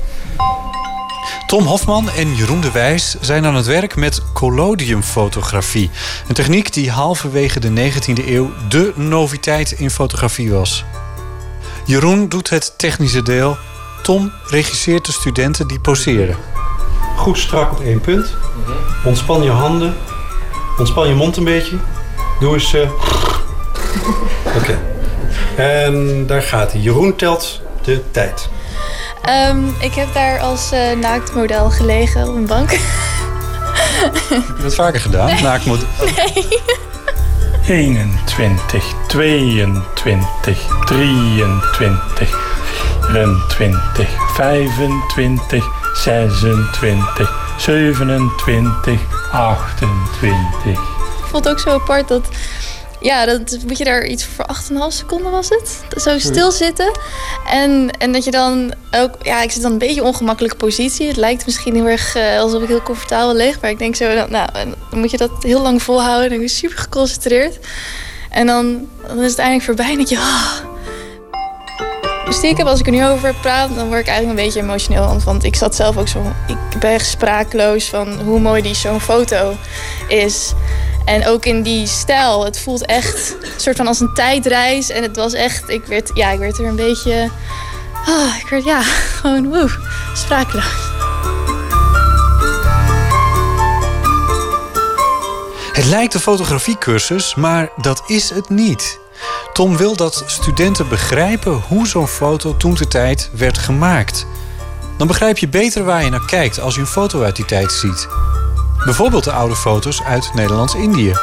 Tom Hofman en Jeroen de Wijs zijn aan het werk met collodiumfotografie. Een techniek die halverwege de negentiende eeuw de noviteit in fotografie was. Jeroen doet het technische deel. Tom regisseert de studenten die poseren. Goed strak op één punt. Ontspan je handen. Ontspan je mond een beetje. Doe eens... Uh... Oké. Okay. En daar gaat hij. Jeroen telt de tijd. Um, ik heb daar als uh, naaktmodel gelegen op een bank. Heb je dat vaker gedaan? Naaktmodel? Nee. eenentwintig, tweeëntwintig, drieëntwintig, vierentwintig, vijfentwintig, zesentwintig, zevenentwintig, achtentwintig. Ik vond het ook zo apart dat... Ja, dan moet je daar iets voor acht komma vijf seconden was het. Zo stilzitten. En, en dat je dan ook... Ja, ik zit dan een beetje in een ongemakkelijke positie. Het lijkt misschien heel erg uh, alsof ik heel comfortabel lig. Maar ik denk zo, dan, nou, dan moet je dat heel lang volhouden. Dan ben je super geconcentreerd. En dan, dan is het eindelijk voorbij en denk je... Oh. Dus stiekem, als ik er nu over praat, dan word ik eigenlijk een beetje emotioneel. Want ik zat zelf ook zo... Ik ben echt sprakeloos van hoe mooi die zo'n foto is... En ook in die stijl. Het voelt echt een soort van als een tijdreis. En het was echt... Ik werd, ja, ik werd er een beetje... Oh, ik werd, ja, gewoon woe, sprakeloos. Het lijkt een fotografiecursus, maar dat is het niet. Tom wil dat studenten begrijpen hoe zo'n foto toentertijd werd gemaakt. Dan begrijp je beter waar je naar kijkt als je een foto uit die tijd ziet. Bijvoorbeeld de oude foto's uit Nederlands-Indië.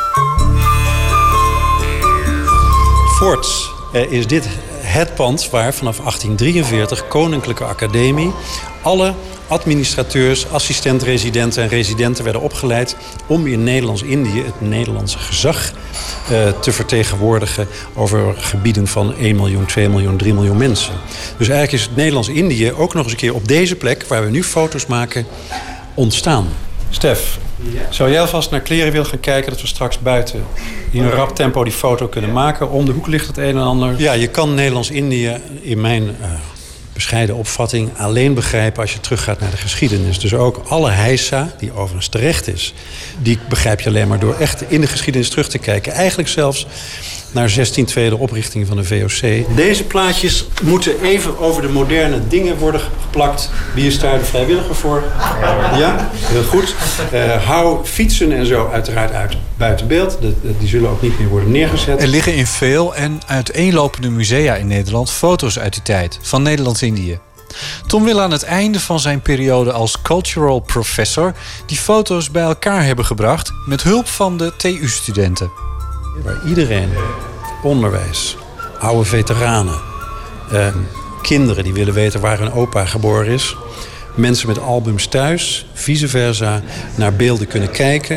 Voorts eh, is dit het pand waar vanaf achttien drieënveertig Koninklijke Academie... alle administrateurs, assistent-residenten en residenten werden opgeleid... om in Nederlands-Indië het Nederlandse gezag uh, te vertegenwoordigen... over gebieden van één miljoen, twee miljoen, drie miljoen mensen. Dus eigenlijk is het Nederlands-Indië ook nog eens een keer op deze plek... waar we nu foto's maken, ontstaan. Stef, zou jij alvast naar kleren willen gaan kijken... dat we straks buiten in een rap tempo die foto kunnen maken? Om de hoek ligt het een en ander. Ja, je kan Nederlands-Indië in mijn uh, bescheiden opvatting... alleen begrijpen als je teruggaat naar de geschiedenis. Dus ook alle heisa, die overigens terecht is... die begrijp je alleen maar door echt in de geschiedenis terug te kijken. Eigenlijk zelfs naar zestien twee, de oprichting van de V O C. Deze plaatjes moeten even over de moderne dingen worden geplakt. Wie is daar de vrijwilliger voor? Ja, heel goed. Uh, hou fietsen en zo uiteraard uit buiten beeld. De, de, die zullen ook niet meer worden neergezet. Er liggen in veel en uiteenlopende musea in Nederland foto's uit die tijd van Nederlands-Indië. Tom wil aan het einde van zijn periode als cultural professor die foto's bij elkaar hebben gebracht met hulp van de T U-studenten. Waar iedereen, onderwijs, oude veteranen, eh, kinderen die willen weten waar hun opa geboren is, mensen met albums thuis, vice versa, naar beelden kunnen kijken,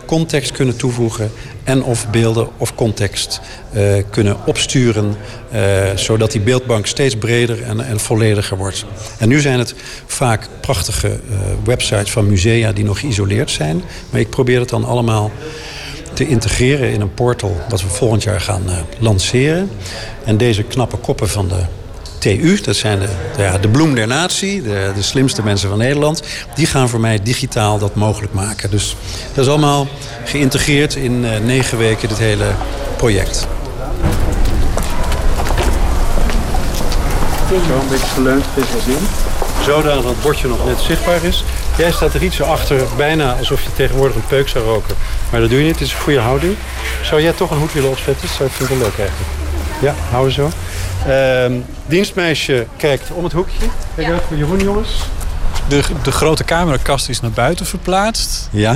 context kunnen toevoegen en of beelden of context uh, kunnen opsturen, uh, zodat die beeldbank steeds breder en, en vollediger wordt. En nu zijn het vaak prachtige uh, websites van musea die nog geïsoleerd zijn, maar ik probeer het dan allemaal te integreren in een portal dat we volgend jaar gaan uh, lanceren. En deze knappe koppen van de T U, dat zijn de, de, ja, de bloem der natie, de, de slimste mensen van Nederland, die gaan voor mij digitaal dat mogelijk maken. Dus dat is allemaal geïntegreerd in uh, negen weken, dit hele project. Zo een beetje geleund, dit wat in. Zodanig dat het bordje nog net zichtbaar is. Jij staat er iets zo achter, bijna alsof je tegenwoordig een peuk zou roken. Maar dat doe je niet, het is een goede houding. Zou jij toch een hoed willen opzetten? Dat vind ik wel leuk eigenlijk. Ja, houden zo. Uh, dienstmeisje kijkt om het hoekje. Kijk uit voor Jeroen, jongens. De, de grote camerakast is naar buiten verplaatst. Ja.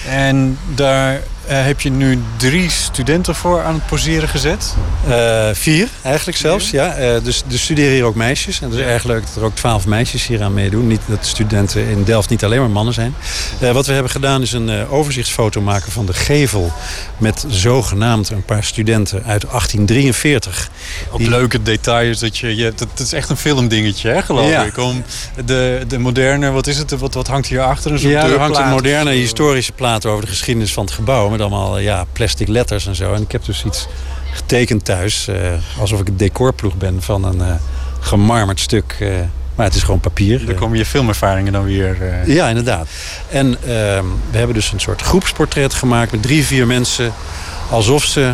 En daar uh, heb je nu drie studenten voor aan het poseren gezet. Uh, vier, eigenlijk zelfs. Ja. Uh, dus er studeren hier ook meisjes. En het is erg leuk dat er ook twaalf meisjes hier aan meedoen. Niet dat de studenten in Delft niet alleen maar mannen zijn. Uh, wat we hebben gedaan is een uh, overzichtsfoto maken van de gevel. Met zogenaamd een paar studenten uit achttien drieënveertig. Ook die... leuke details. Dat, je, je, dat, dat is echt een filmdingetje, hè, geloof ja. ik. Om de, de moderne, wat is het? Wat, wat hangt hier achter? Een soort ja, er deurplaat. hangt een moderne historische plaat over de geschiedenis van het gebouw. Met allemaal ja, plastic letters en zo. En ik heb dus iets getekend thuis. Uh, alsof ik een decorploeg ben van een uh, gemarmerd stuk. Uh, maar het is gewoon papier. Daar komen je filmervaringen dan weer... Uh... Ja, inderdaad. En uh, we hebben dus een soort groepsportret gemaakt met drie, vier mensen. Alsof ze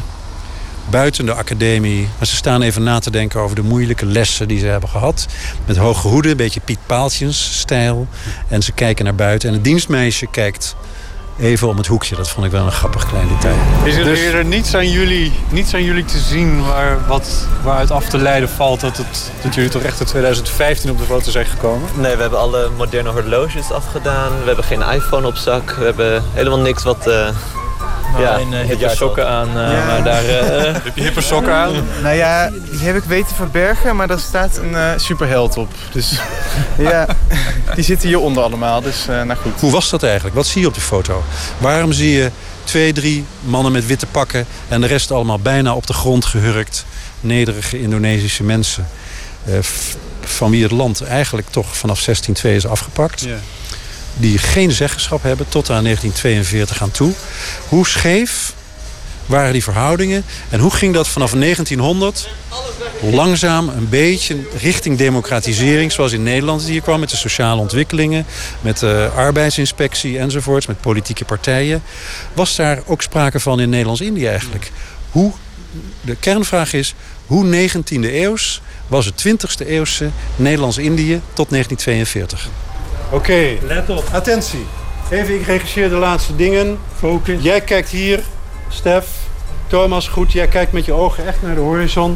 buiten de academie... Maar ze staan even na te denken over de moeilijke lessen die ze hebben gehad. Met hoge hoeden, een beetje Piet Paaltjens-stijl. En ze kijken naar buiten. En het dienstmeisje kijkt even om het hoekje. Dat vond ik wel een grappig klein detail. Is er dus... eerder niets aan jullie, niets aan jullie te zien waar, wat, waaruit af te leiden valt... Dat, het, dat jullie toch echt in twintig vijftien op de foto zijn gekomen? Nee, we hebben alle moderne horloges afgedaan. We hebben geen iPhone op zak. We hebben helemaal niks wat... Uh... Nou, ja, een uh, hippe sokken aan, uh, ja. maar daar... Uh... Heb je hippe sokken aan? Nou ja, die heb ik weten verbergen, maar daar staat een uh, superheld op. Dus ja, die zitten hieronder allemaal, dus uh, nou goed. Hoe was dat eigenlijk? Wat zie je op de foto? Waarom zie je twee, drie mannen met witte pakken en de rest allemaal bijna op de grond gehurkt? Nederige Indonesische mensen. Uh, van wie het land eigenlijk toch vanaf zestien twee is afgepakt. Yeah. Die geen zeggenschap hebben tot aan negentien tweeënveertig aan toe. Hoe scheef waren die verhoudingen? En hoe ging dat vanaf negentienhonderd langzaam een beetje richting democratisering... zoals in Nederland hier kwam met de sociale ontwikkelingen... met de arbeidsinspectie enzovoorts, met politieke partijen. Was daar ook sprake van in Nederlands-Indië eigenlijk? Hoe, de kernvraag is, hoe negentiende eeuws was het twintigste eeuwse Nederlands-Indië tot negentien tweeënveertig? Oké, okay. Let op. Attentie. Even, ik regisseer de laatste dingen. Focus. Jij kijkt hier, Stef. Thomas, goed. Jij kijkt met je ogen echt naar de horizon.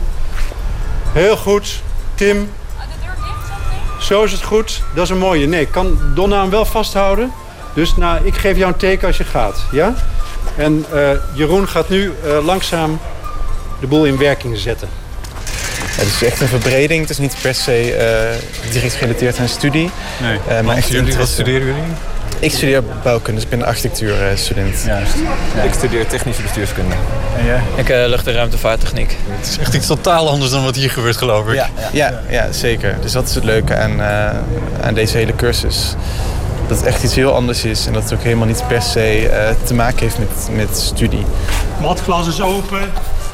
Heel goed. Tim. De deur dicht, zo is het goed. Dat is een mooie. Nee, kan Donna hem wel vasthouden? Dus nou, ik geef jou een teken als je gaat. Ja? En uh, Jeroen gaat nu uh, langzaam de boel in werking zetten. Ja, het is echt een verbreding. Het is niet per se uh, direct gerelateerd aan studie. Nee. Uh, maar echt jullie, wat studeren jullie? Ik studeer bouwkunde, dus ik ben een architectuurstudent. Juist. Ja. Ik studeer technische bestuurskunde. En jij? Ik uh, lucht- en ruimtevaarttechniek. Het is echt iets totaal anders dan wat hier gebeurt, geloof ik. Ja, ja, ja, ja zeker. Dus dat is het leuke aan, uh, aan deze hele cursus. Dat het echt iets heel anders is en dat het ook helemaal niet per se uh, te maken heeft met, met studie. Matglas is open.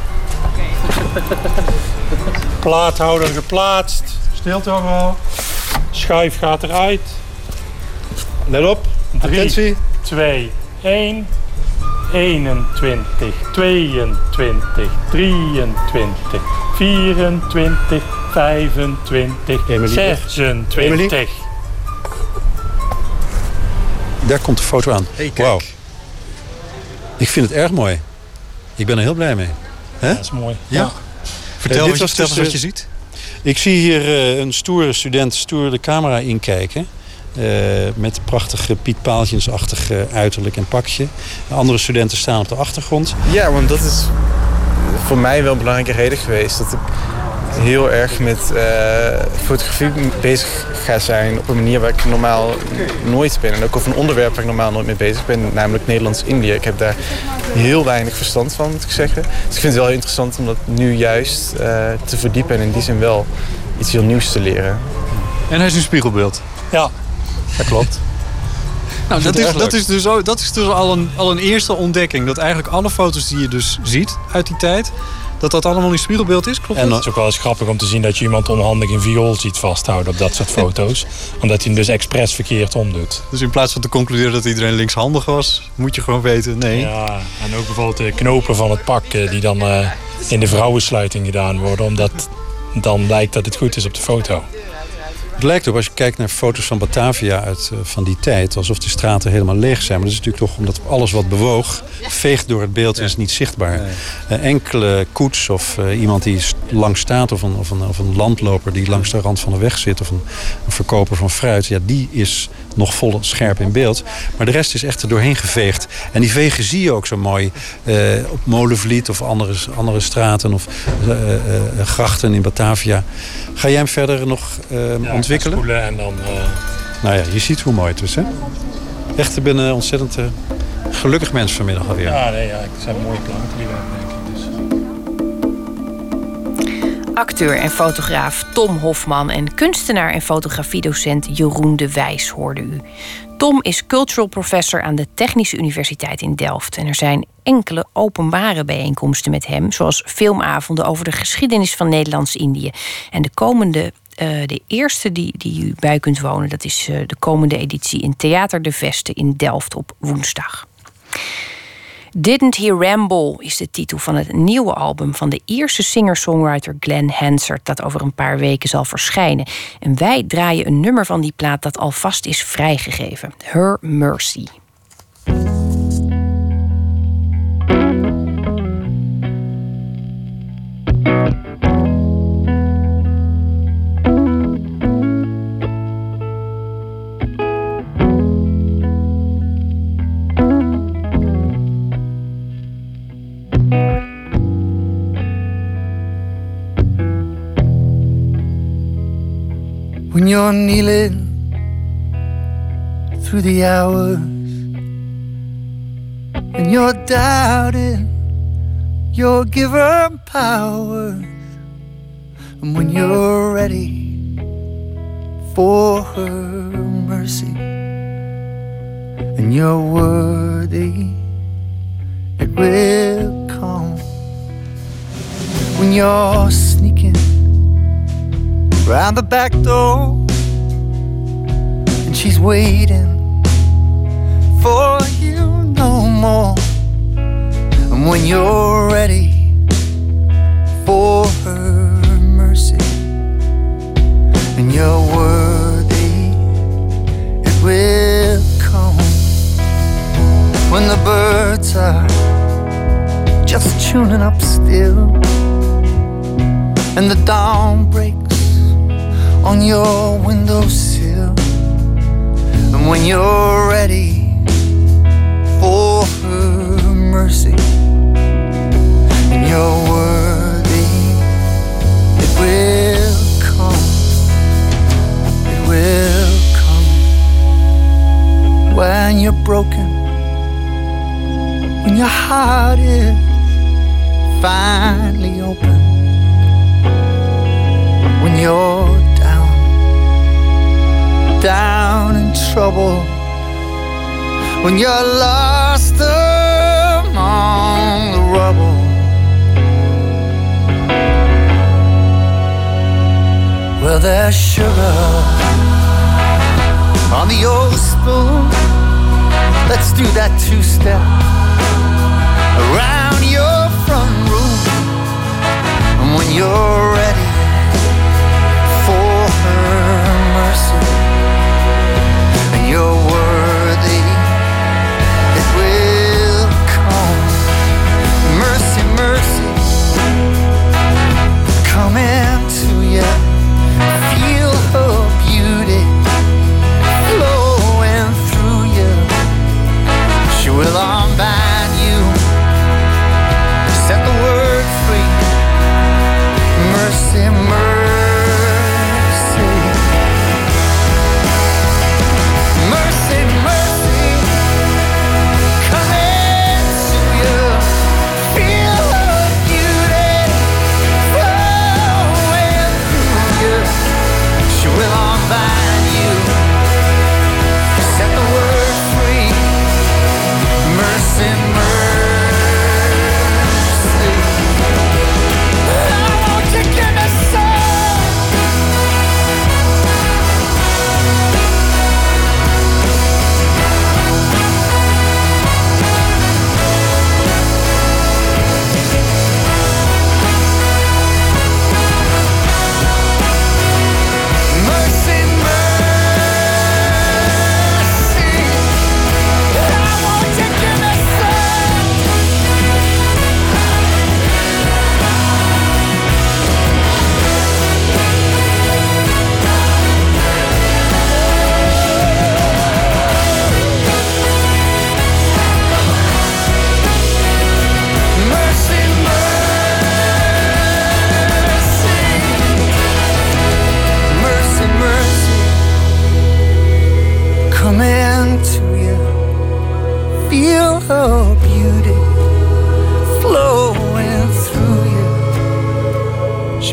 Plaathouder geplaatst. Stilte overal. Schuif gaat eruit. Let op. Attentie. twee, één. eenentwintig, tweeëntwintig, drieëntwintig, vierentwintig, vijfentwintig, zesentwintig. Emily. Daar komt de foto aan. Hey, wauw. Ik vind het erg mooi. Ik ben er heel blij mee. Hè? Ja, dat is mooi. Ja. Ja. Vertel uh, eens dus, wat, wat je ziet. Ik zie hier uh, een stoere student stoer de camera inkijken. Uh, met prachtige Piet Paaltjens-achtige uiterlijk en pakje. De andere studenten staan op de achtergrond. Ja, want dat is voor mij wel een belangrijke reden geweest. Dat ik heel erg met uh, fotografie bezig ga zijn op een manier waar ik normaal nooit ben. En ook over een onderwerp waar ik normaal nooit mee bezig ben, namelijk Nederlands-Indië. Ik heb daar heel weinig verstand van, moet ik zeggen. Dus ik vind het wel heel interessant om dat nu juist uh, te verdiepen en in die zin wel iets heel nieuws te leren. En hij is een spiegelbeeld. Ja, dat klopt. Nou, dat is, dat is dus, ook, dat is dus al, een, al een eerste ontdekking. Dat eigenlijk alle foto's die je dus ziet uit die tijd, dat dat allemaal een spiegelbeeld is, klopt? En het is ook wel eens grappig om te zien dat je iemand onhandig een viool ziet vasthouden op dat soort foto's. Omdat hij hem dus expres verkeerd omdoet. Dus in plaats van te concluderen dat iedereen linkshandig was, moet je gewoon weten, nee. Ja, en ook bijvoorbeeld de knopen van het pak die dan uh, in de vrouwensluiting gedaan worden. Omdat dan lijkt dat het goed is op de foto. Het lijkt op, als je kijkt naar foto's van Batavia uit uh, van die tijd, alsof de straten helemaal leeg zijn. Maar dat is natuurlijk toch omdat alles wat bewoog, veegt door het beeld en is niet zichtbaar. Nee. Uh, enkele koets of uh, iemand die lang staat, of een, of, een, of een landloper die langs de rand van de weg zit, of een, een verkoper van fruit, ja, die is nog vol scherp in beeld. Maar de rest is echt er doorheen geveegd. En die vegen zie je ook zo mooi uh, op Molenvliet of andere, andere straten of uh, uh, grachten in Batavia. Ga jij hem verder nog uh, ja, ontwikkelen? En dan, uh... Nou ja, je ziet hoe mooi het is, hè? Echt, ik ben een ontzettend uh, gelukkig mens vanmiddag alweer. Ja, nee, ja, het zijn mooie klanten die we hebben, denk ik. Dus. Acteur en fotograaf Tom Hofman en kunstenaar en fotografiedocent Jeroen de Wijs hoorde u. Tom is cultural professor aan de Technische Universiteit in Delft. En er zijn enkele openbare bijeenkomsten met hem, zoals filmavonden over de geschiedenis van Nederlands-Indië. En de komende, uh, de eerste die, die u bij kunt wonen, dat is uh, de komende editie in Theater de Veste in Delft op woensdag. Didn't He Ramble is de titel van het nieuwe album van de Ierse singer-songwriter Glenn Hansard, dat over een paar weken zal verschijnen. En wij draaien een nummer van die plaat dat alvast is vrijgegeven. Her Mercy. When you're kneeling through the hours, and you're doubting your giver powers, and when you're ready for her mercy, and you're worthy, it will come. When you're sneaking round the back door, and she's waiting for you no more. And when you're ready for her mercy, and you're worthy, it will come. When the birds are just tuning up still, and the dawn breaks on your windowsill, and when you're ready for her mercy, and you're worthy, it will come, it will come. When you're broken, when your heart is finally open, when you're down in trouble, when you're lost among the rubble, well, there's sugar on the old spoon. Let's do that two-step around your front room. And when you're ready for her mercy, you're worthy, it will come. Mercy, mercy, coming to you. Feel her beauty flowing through you. She will unbind you, set the word free. Mercy.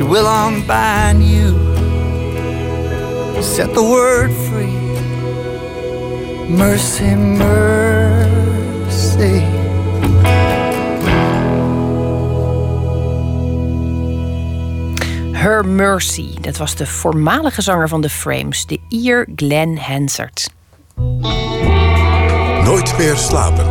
will unbind you, set the word free. Mercy, mercy. Her Mercy, dat was de voormalige zanger van The Frames, de Ier Glenn Hansard. Nooit meer slapen.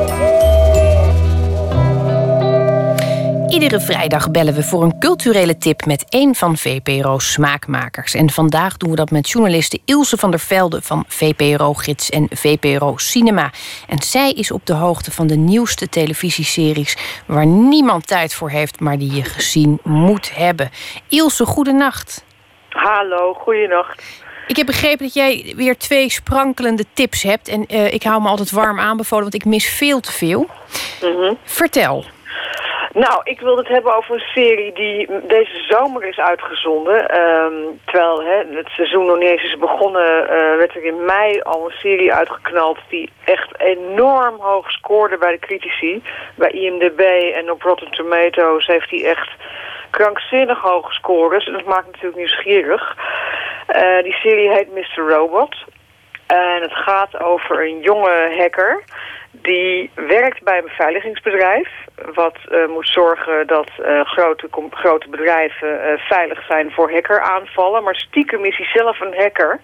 Iedere vrijdag bellen we voor een culturele tip met één van V P R O's smaakmakers. En vandaag doen we dat met journaliste Ilse van der Velde van V P R O-gids en V P R O Cinema. En zij is op de hoogte van de nieuwste televisieseries waar niemand tijd voor heeft, maar die je gezien moet hebben. Ilse, goedenacht. Hallo, goedenacht. Ik heb begrepen dat jij weer twee sprankelende tips hebt. En uh, ik hou me altijd warm aanbevolen, want ik mis veel te veel. Mm-hmm. Vertel. Nou, ik wilde het hebben over een serie die deze zomer is uitgezonden. Um, terwijl hè, het seizoen nog niet eens is begonnen, uh, werd er in mei al een serie uitgeknald die echt enorm hoog scoorde bij de critici. Bij I M D B en op Rotten Tomatoes heeft hij echt krankzinnig hoge scores. En dat maakt natuurlijk nieuwsgierig. Uh, die serie heet mister Robot. En het gaat over een jonge hacker die werkt bij een beveiligingsbedrijf, wat uh, moet zorgen dat uh, grote, com- grote bedrijven uh, veilig zijn voor hackeraanvallen. Maar stiekem is hij zelf een hacker.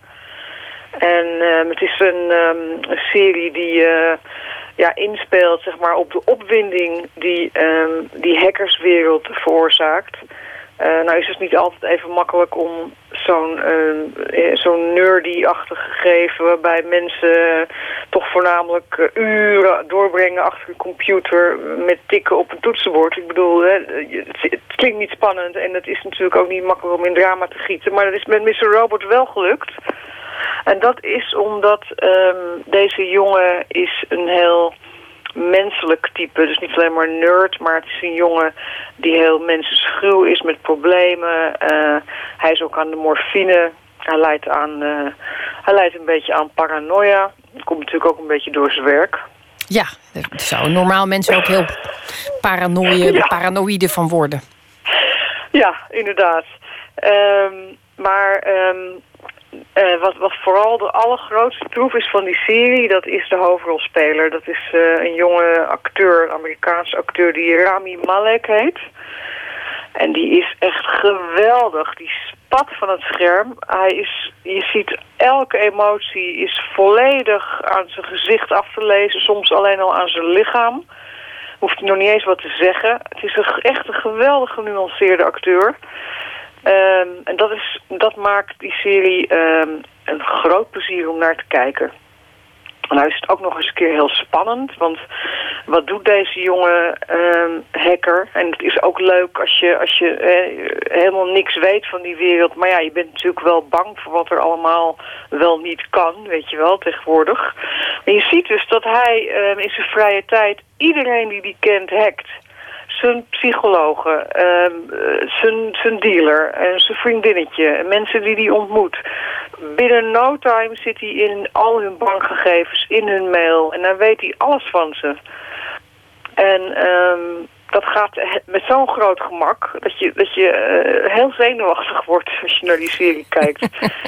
En uh, het is een, um, een serie die uh, ja, inspeelt zeg maar, op de opwinding die um, die hackerswereld veroorzaakt. Uh, nou is het niet altijd even makkelijk om zo'n uh, zo'n nerdy-achtig gegeven waarbij mensen uh, toch voornamelijk uh, uren doorbrengen achter een computer met tikken op een toetsenbord. Ik bedoel, hè, het, het klinkt niet spannend en het is natuurlijk ook niet makkelijk om in drama te gieten, maar dat is met mister Robot wel gelukt. En dat is omdat um, deze jongen is een heel menselijk type. Dus niet alleen maar nerd, maar het is een jongen die heel mensenschuw is met problemen. Uh, hij is ook aan de morfine. Hij lijdt aan, uh, hij lijdt een beetje aan paranoia. Dat komt natuurlijk ook een beetje door zijn werk. Ja, daar zouden normaal mensen ook heel paranoïe, ja. paranoïde van worden. Ja, inderdaad. Um, maar Um, Uh, wat, wat vooral de allergrootste troef is van die serie, dat is de hoofdrolspeler. Dat is uh, een jonge acteur, een Amerikaanse acteur die Rami Malek heet. En die is echt geweldig. Die spat van het scherm. Hij is, je ziet elke emotie is volledig aan zijn gezicht af te lezen. Soms alleen al aan zijn lichaam. Hoeft hij nog niet eens wat te zeggen. Het is een, echt een geweldig genuanceerde acteur. Um, en dat, is, dat maakt die serie um, een groot plezier om naar te kijken. En nou is het ook nog eens een keer heel spannend, want wat doet deze jonge um, hacker? En het is ook leuk als je, als je eh, helemaal niks weet van die wereld. Maar ja, je bent natuurlijk wel bang voor wat er allemaal wel niet kan, weet je wel, tegenwoordig. En je ziet dus dat hij um, in zijn vrije tijd iedereen die die kent hackt. Zijn psychologen, uh, zijn, zijn dealer en zijn vriendinnetje, mensen die hij ontmoet. Binnen no time zit hij in al hun bankgegevens, in hun mail en dan weet hij alles van ze. En um, dat gaat met zo'n groot gemak dat je, dat je uh, heel zenuwachtig wordt als je naar die serie kijkt.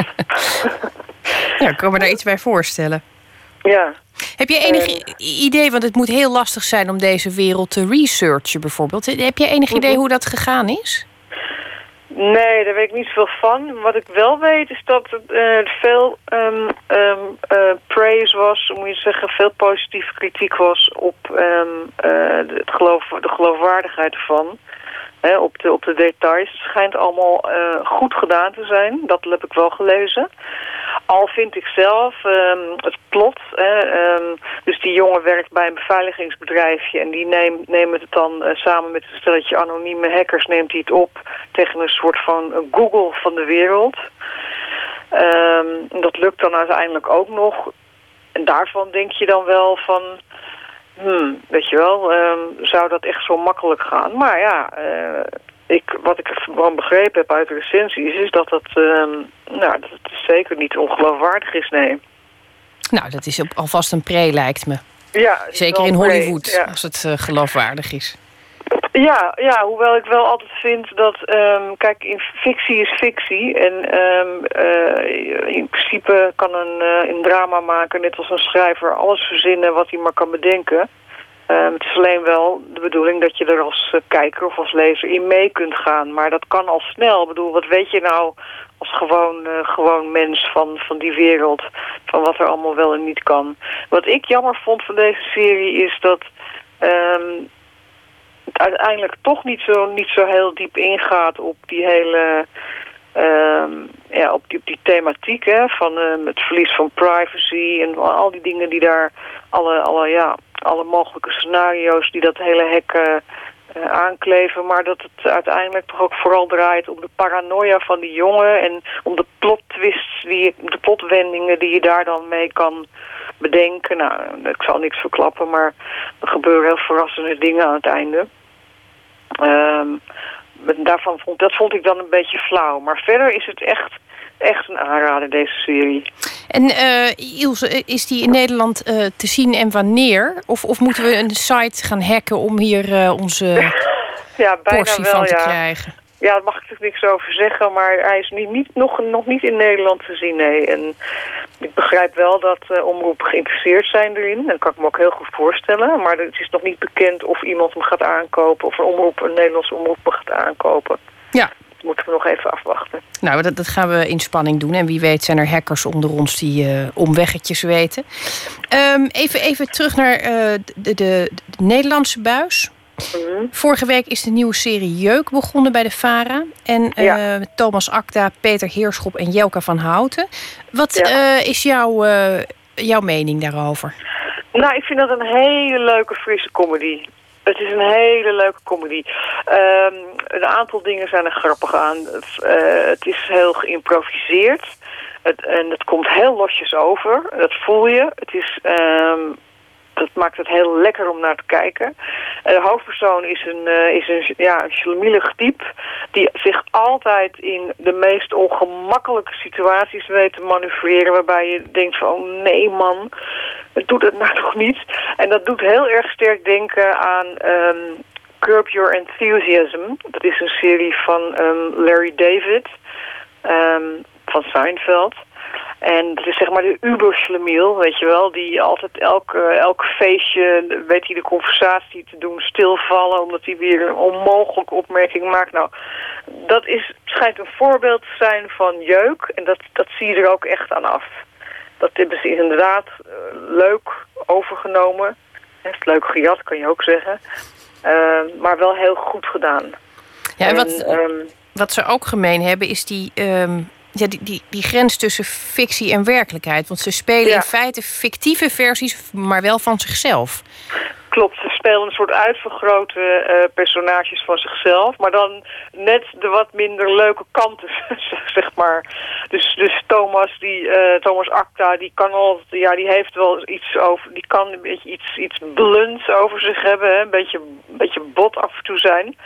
Ja, ik kan me daar iets bij voorstellen. Ja. Heb je enig uh, idee, want het moet heel lastig zijn om deze wereld te researchen bijvoorbeeld. Heb je enig idee hoe dat gegaan is? Nee, daar weet ik niet veel van. Wat ik wel weet is dat er uh, veel um, um, uh, praise was, moet je zeggen, veel positieve kritiek was op um, uh, het geloof, de geloofwaardigheid ervan. Hè, op, de, op de details. Het schijnt allemaal uh, goed gedaan te zijn. Dat heb ik wel gelezen. Al vind ik zelf um, het plot. Hè, um, dus die jongen werkt bij een beveiligingsbedrijfje. En die neem, neemt het dan uh, samen met een stelletje anonieme hackers neemt hij het op tegen een soort van uh, Google van de wereld. Um, dat lukt dan uiteindelijk ook nog. En daarvan denk je dan wel van, Hmm, weet je wel, um, zou dat echt zo makkelijk gaan? Maar ja, uh, ik, wat ik ervan begrepen heb uit de recensies is dat dat, um, nou, dat het zeker niet ongeloofwaardig is, nee. Nou, dat is alvast een pre, lijkt me. Ja, zeker in Hollywood, pre, ja. als het uh, geloofwaardig is. Ja, ja, hoewel ik wel altijd vind dat, um, kijk, in fictie is fictie. En um, uh, in principe kan een, uh, een drama maken, net als een schrijver, alles verzinnen wat hij maar kan bedenken. Um, het is alleen wel de bedoeling dat je er als uh, kijker of als lezer in mee kunt gaan. Maar dat kan al snel. Ik bedoel, wat weet je nou als gewoon, uh, gewoon mens van, van die wereld, van wat er allemaal wel en niet kan. Wat ik jammer vond van deze serie is dat Um, het uiteindelijk toch niet zo, niet zo heel diep ingaat op die hele um, ja, op die, op die thematiek, hè, van um, het verlies van privacy en al die dingen die daar, alle, alle, ja, alle mogelijke scenario's die dat hele hek uh, uh, aankleven, maar dat het uiteindelijk toch ook vooral draait om de paranoia van die jongen en om de plot twists, die, de plotwendingen die je daar dan mee kan bedenken. Nou, ik zal niks verklappen, maar er gebeuren heel verrassende dingen aan het einde. Um, daarvan vond, dat vond ik dan een beetje flauw. Maar verder is het echt, echt een aanrader, deze serie. En uh, Ilse, is die in Nederland uh, te zien en wanneer? Of, of moeten we een site gaan hacken om hier uh, onze ja, bijna portie wel, van te ja. krijgen? Ja, daar mag ik er niks over zeggen, maar hij is niet, niet, nog, nog niet in Nederland te zien, nee. En ik begrijp wel dat uh, omroepen geïnteresseerd zijn erin. Dat kan ik me ook heel goed voorstellen. Maar het is nog niet bekend of iemand hem gaat aankopen, of een omroep, een Nederlandse omroep gaat aankopen. Ja. Dat moeten we nog even afwachten. Nou, dat, dat gaan we in spanning doen. En wie weet zijn er hackers onder ons die uh, omweggetjes weten. Um, even, even terug naar uh, de, de, de Nederlandse buis. Mm-hmm. Vorige week is de nieuwe serie Jeuk begonnen bij de VARA. En uh, ja. Thomas Akda, Peter Heerschop en Jelka van Houten. Wat ja. uh, is jouw, uh, jouw mening daarover? Nou, ik vind dat een hele leuke, frisse comedy. Het is een hele leuke comedy. Um, een aantal dingen zijn er grappig aan. Uh, het is heel geïmproviseerd. Het, en het komt heel losjes over. Dat voel je. Het is... Um, Dat maakt het heel lekker om naar te kijken. De hoofdpersoon is een, uh, is een, ja, een schlemielig type die zich altijd in de meest ongemakkelijke situaties weet te manoeuvreren, waarbij je denkt van, oh nee man, doe dat nou toch niet. En dat doet heel erg sterk denken aan um, Curb Your Enthusiasm. Dat is een serie van um, Larry David, um, van Seinfeld. En dat is zeg maar de uberschlemiel, weet je wel, die altijd elk, uh, elk feestje, weet hij de conversatie te doen, stilvallen, omdat hij weer een onmogelijke opmerking maakt. Nou, dat is, schijnt een voorbeeld te zijn van jeuk en dat, dat zie je er ook echt aan af. Dat hebben ze inderdaad uh, leuk overgenomen, echt leuk gejat kan je ook zeggen, uh, maar wel heel goed gedaan. Ja, en wat, en, um, wat ze ook gemeen hebben is die... Um... Ja, die, die, die grens tussen fictie en werkelijkheid. Want ze spelen ja. in feite fictieve versies, maar wel van zichzelf. Klopt, ze spelen een soort uitvergrote uh, personages van zichzelf. Maar dan net de wat minder leuke kanten, zeg maar. Dus, dus Thomas, die, uh, Thomas Akda, die kan al, ja, die heeft wel iets over, die kan een beetje iets, iets blunts over zich hebben. Hè? Een beetje, een beetje bot af en toe zijn.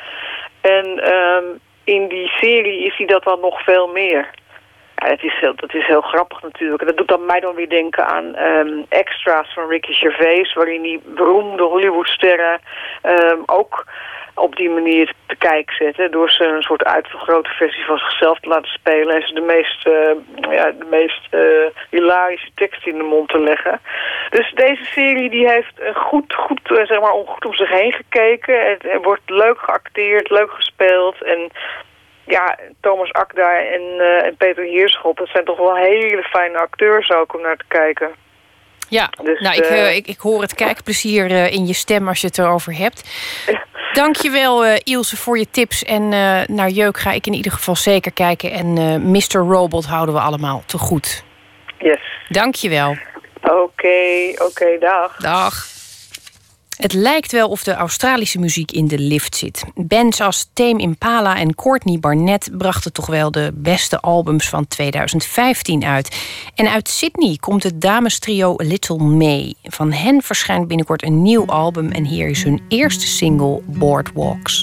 En um, in die serie is hij dat dan nog veel meer. Ja, het is heel, dat is heel grappig natuurlijk. En dat doet dan mij dan weer denken aan um, extra's van Ricky Gervais, waarin die beroemde Hollywoodsterren um, ook op die manier te kijken zetten, door ze een soort uitvergrote versie van zichzelf te laten spelen en ze de meest, uh, ja, de meest uh, hilarische tekst in de mond te leggen. Dus deze serie die heeft een goed, goed, uh, zeg maar, goed om zich heen gekeken. Het, het wordt leuk geacteerd, leuk gespeeld en ja, Thomas Akda en, uh, en Peter Heerschop, dat zijn toch wel hele fijne acteurs ook om naar te kijken. Ja, dus, nou, ik, uh, ik, ik hoor het kijkplezier uh, in je stem als je het erover hebt. Dank je wel, uh, Ilse, voor je tips. En uh, naar Jeuk ga ik in ieder geval zeker kijken. En uh, mister Robot houden we allemaal te goed. Yes. Dank je wel. Oké, okay, oké, okay, dag. Dag. Het lijkt wel of de Australische muziek in de lift zit. Bands als Tame Impala en Courtney Barnett brachten toch wel de beste albums van tweeduizend vijftien uit. En uit Sydney komt het damestrio Little May. Van hen verschijnt binnenkort een nieuw album en hier is hun eerste single Boardwalks.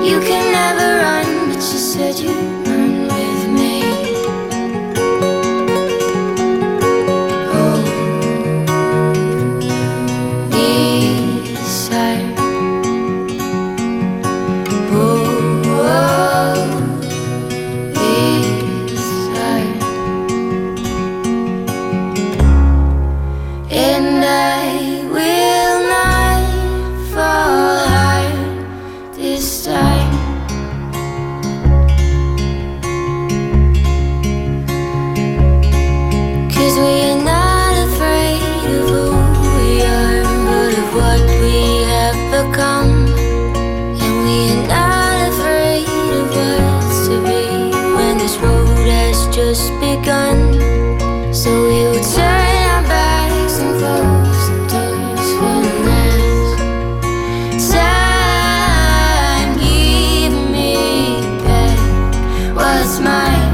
You can never run, but you said you'd run with me. Oh, east side. Oh, oh, east side. And I will not fall hard this time. Cause we are not afraid of who we are, but of what we have become. And we are not afraid of what's to be when this road has just begun. So we will turn our backs and close the doors for the last time. Give me back what's mine.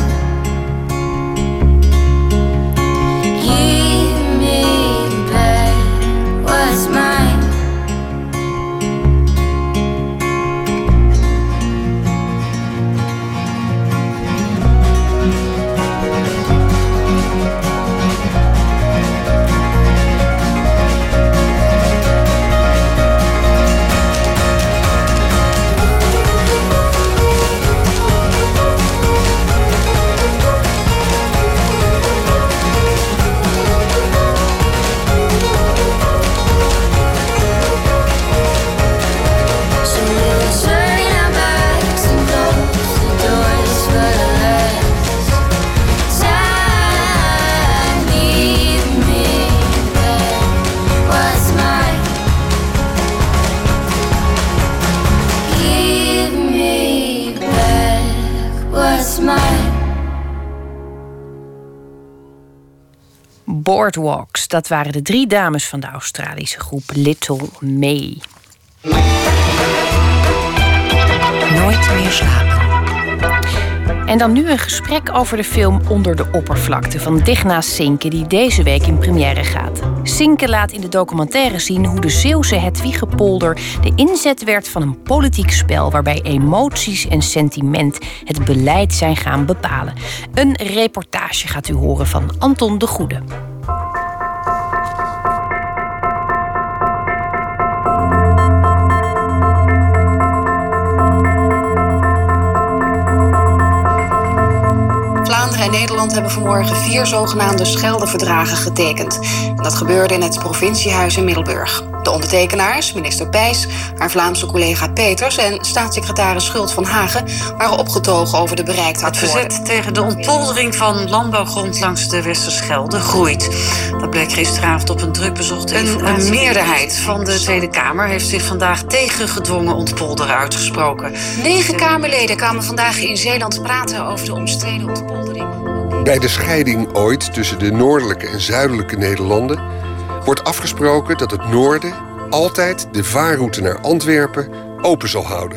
Give me back what's mine. So we'll turn our backs and close the doors for the last time. Give me back what's mine. Give me back what's mine. Boardwalks, dat waren de drie dames van de Australische groep Little May. Nooit meer slapen. En dan nu een gesprek over de film Onder de oppervlakte van Digna Sinke, die deze week in première gaat. Sinke laat in de documentaire zien hoe de Zeeuwse Hedwiegepolder de inzet werd van een politiek spel waarbij emoties en sentiment het beleid zijn gaan bepalen. Een reportage gaat u horen van Anton de Goede. Vlaanderen en Nederland hebben vanmorgen vier zogenaamde Scheldeverdragen getekend. En dat gebeurde in het provinciehuis in Middelburg. De ondertekenaars, minister Peijs, haar Vlaamse collega Peters en staatssecretaris Schult van Hagen waren opgetogen over de bereikte akkoorden. Het verzet tegen de ontpoldering van landbouwgrond langs de Westerschelde groeit. Dat bleek gisteravond op een druk bezochte Een, een meerderheid van de Tweede Kamer heeft zich vandaag tegen gedwongen ontpolderen uitgesproken. Negen Kamerleden kwamen vandaag in Zeeland praten over de omstreden ontpoldering. Bij de scheiding ooit tussen de noordelijke en zuidelijke Nederlanden wordt afgesproken dat het noorden altijd de vaarroute naar Antwerpen open zal houden.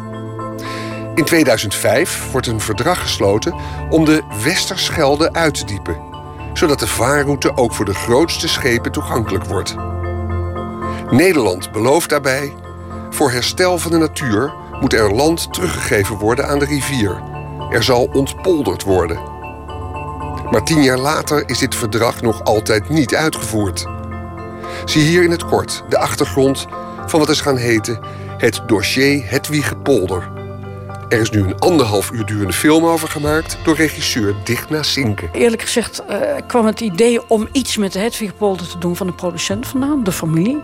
In tweeduizend vijf wordt een verdrag gesloten om de Westerschelde uit te diepen, zodat de vaarroute ook voor de grootste schepen toegankelijk wordt. Nederland belooft daarbij: voor herstel van de natuur moet er land teruggegeven worden aan de rivier. Er zal ontpolderd worden. Maar tien jaar later is dit verdrag nog altijd niet uitgevoerd. Zie hier in het kort de achtergrond van wat is gaan heten het dossier Hedwiegepolder. Er is nu een anderhalf uur durende film over gemaakt door regisseur Digna Sinke. Eerlijk gezegd uh, kwam het idee om iets met de Hedwiegepolder te doen van de producent vandaan, de familie.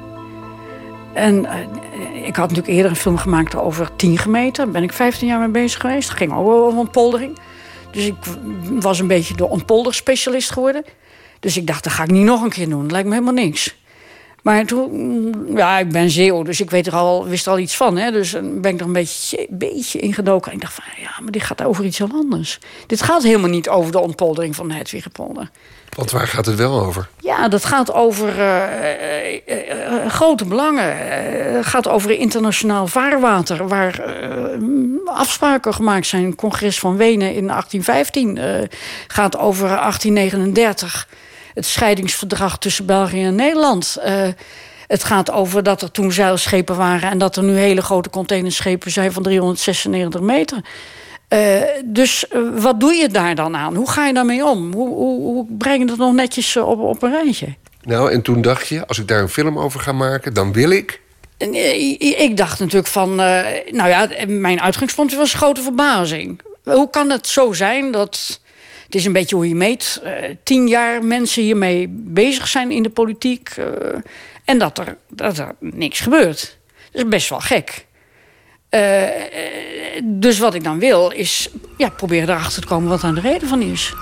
En uh, ik had natuurlijk eerder een film gemaakt over tien gemeten. Daar ben ik vijftien jaar mee bezig geweest. Dat ging ook over ontpoldering. Dus ik was een beetje de ontpolderspecialist geworden. Dus ik dacht, dat ga ik niet nog een keer doen. Dat lijkt me helemaal niks. Maar toen, ja, ik ben Zeeuw, dus ik weet er al, wist er al iets van. Hè? Dus ben ik er een beetje, beetje ingedoken. En ik dacht van, ja, maar dit gaat over iets heel anders. Dit gaat helemaal niet over de ontpoldering van de Hedwiegepolder. Want waar gaat het wel over? Ja, dat gaat over uh, uh, uh, grote belangen. Het uh, gaat over internationaal vaarwater, waar uh, afspraken gemaakt zijn. Het Congres van Wenen in achttien vijftien uh, gaat over achttien negenendertig. Het scheidingsverdrag tussen België en Nederland. Uh, Het gaat over dat er toen zeilschepen waren en dat er nu hele grote containerschepen zijn van driehonderdzesennegentig meter. Uh, dus uh, wat doe je daar dan aan? Hoe ga je daarmee om? Hoe, hoe, hoe breng je dat nog netjes op, op een rijtje? Nou, en toen dacht je, als ik daar een film over ga maken, dan wil ik... En, uh, ik dacht natuurlijk van... Uh, nou ja, mijn uitgangspunt was grote verbazing. Hoe kan het zo zijn dat... Het is een beetje hoe je meet. Uh, tien jaar mensen hiermee bezig zijn in de politiek. Uh, en dat er, dat er niks gebeurt. Dat is best wel gek. Uh, dus wat ik dan wil is ja, proberen erachter te komen wat daar de reden van is.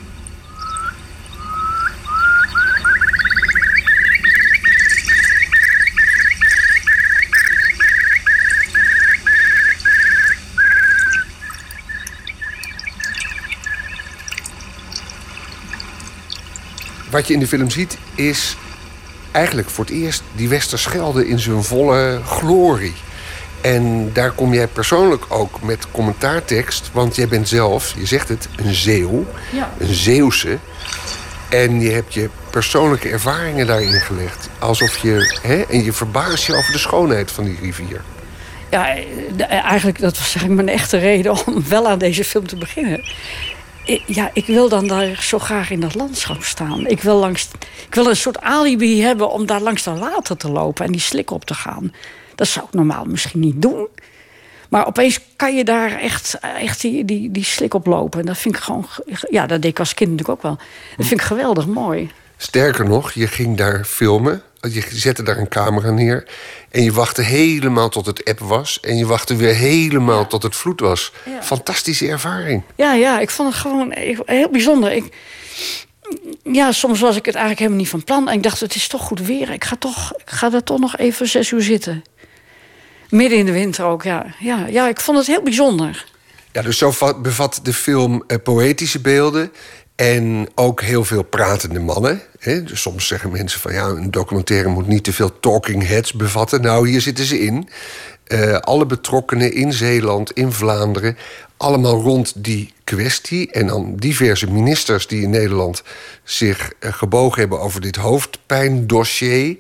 Wat je in de film ziet is eigenlijk voor het eerst die Westerschelde in zijn volle glorie. En daar kom jij persoonlijk ook met commentaartekst. Want jij bent zelf, je zegt het, een Zeeuw. Ja. Een Zeeuwse. En je hebt je persoonlijke ervaringen daarin gelegd. Alsof je, hè, en je verbaast je over de schoonheid van die rivier. Ja, eigenlijk, dat was eigenlijk mijn echte reden om wel aan deze film te beginnen. Ja, ik wil dan daar zo graag in dat landschap staan. Ik wil, langs, ik wil een soort alibi hebben om daar langs dat water te lopen en die slik op te gaan. Dat zou ik normaal misschien niet doen. Maar opeens kan je daar echt, echt die, die, die slik op lopen. En dat vind ik gewoon... Ja, dat deed ik als kind natuurlijk ook wel. Dat vind ik geweldig mooi. Sterker nog, je ging daar filmen. Je zette daar een camera neer. En je wachtte helemaal tot het eb was. En je wachtte weer helemaal ja. tot het vloed was. Ja. Fantastische ervaring. Ja, ja, ik vond het gewoon heel bijzonder. Ik, ja, soms was ik het eigenlijk helemaal niet van plan. En ik dacht, het is toch goed weer. Ik ga, toch, ik ga daar toch nog even zes uur zitten. Midden in de winter ook, ja. Ja, ja, ik vond het heel bijzonder. Ja, dus zo bevat de film uh, poëtische beelden... en ook heel veel pratende mannen. Hè? Dus soms zeggen mensen van... ja, een documentaire moet niet te veel talking heads bevatten. Nou, hier zitten ze in. Uh, alle betrokkenen in Zeeland, in Vlaanderen... allemaal rond die kwestie. En dan diverse ministers die in Nederland zich uh, gebogen hebben... over dit hoofdpijndossier...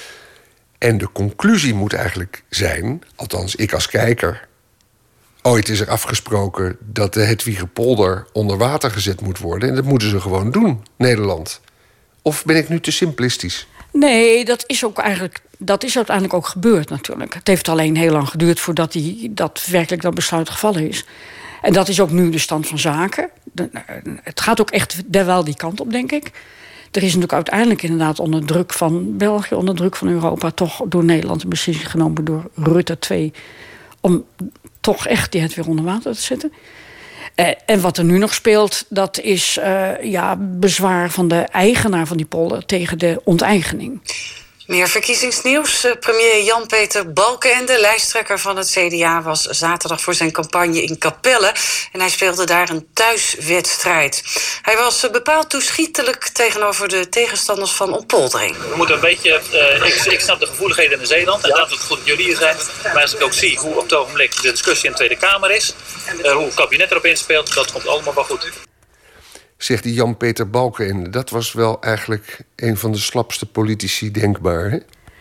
En de conclusie moet eigenlijk zijn, althans ik als kijker... ooit is er afgesproken dat de Hedwigerpolder onder water gezet moet worden... en dat moeten ze gewoon doen, Nederland. Of ben ik nu te simplistisch? Nee, dat is ook eigenlijk, dat is uiteindelijk ook gebeurd natuurlijk. Het heeft alleen heel lang geduurd voordat die, dat werkelijk dat besluit gevallen is. En dat is ook nu de stand van zaken. De, het gaat ook echt wel die kant op, denk ik... Er is natuurlijk uiteindelijk inderdaad onder druk van België... onder druk van Europa, toch door Nederland een beslissing genomen... door Rutte twee, om toch echt die het weer onder water te zetten. Uh, en wat er nu nog speelt, dat is uh, ja, bezwaar van de eigenaar van die polder... tegen de onteigening. Meer verkiezingsnieuws. Premier Jan-Peter Balkenende, lijsttrekker van het C D A... was zaterdag voor zijn campagne in Capelle. En hij speelde daar een thuiswedstrijd. Hij was bepaald toeschietelijk tegenover de tegenstanders van Oppoldering. We moeten een beetje... Uh, ik, ik snap de gevoeligheden in Zeeland. En daarom is het goed dat jullie hier zijn. Maar als ik ook zie hoe op het ogenblik de discussie in de Tweede Kamer is... Uh, hoe het kabinet erop inspeelt, dat komt allemaal wel goed. Zegt die Jan-Peter Balkenende. Dat was wel eigenlijk een van de slapste politici denkbaar, hè?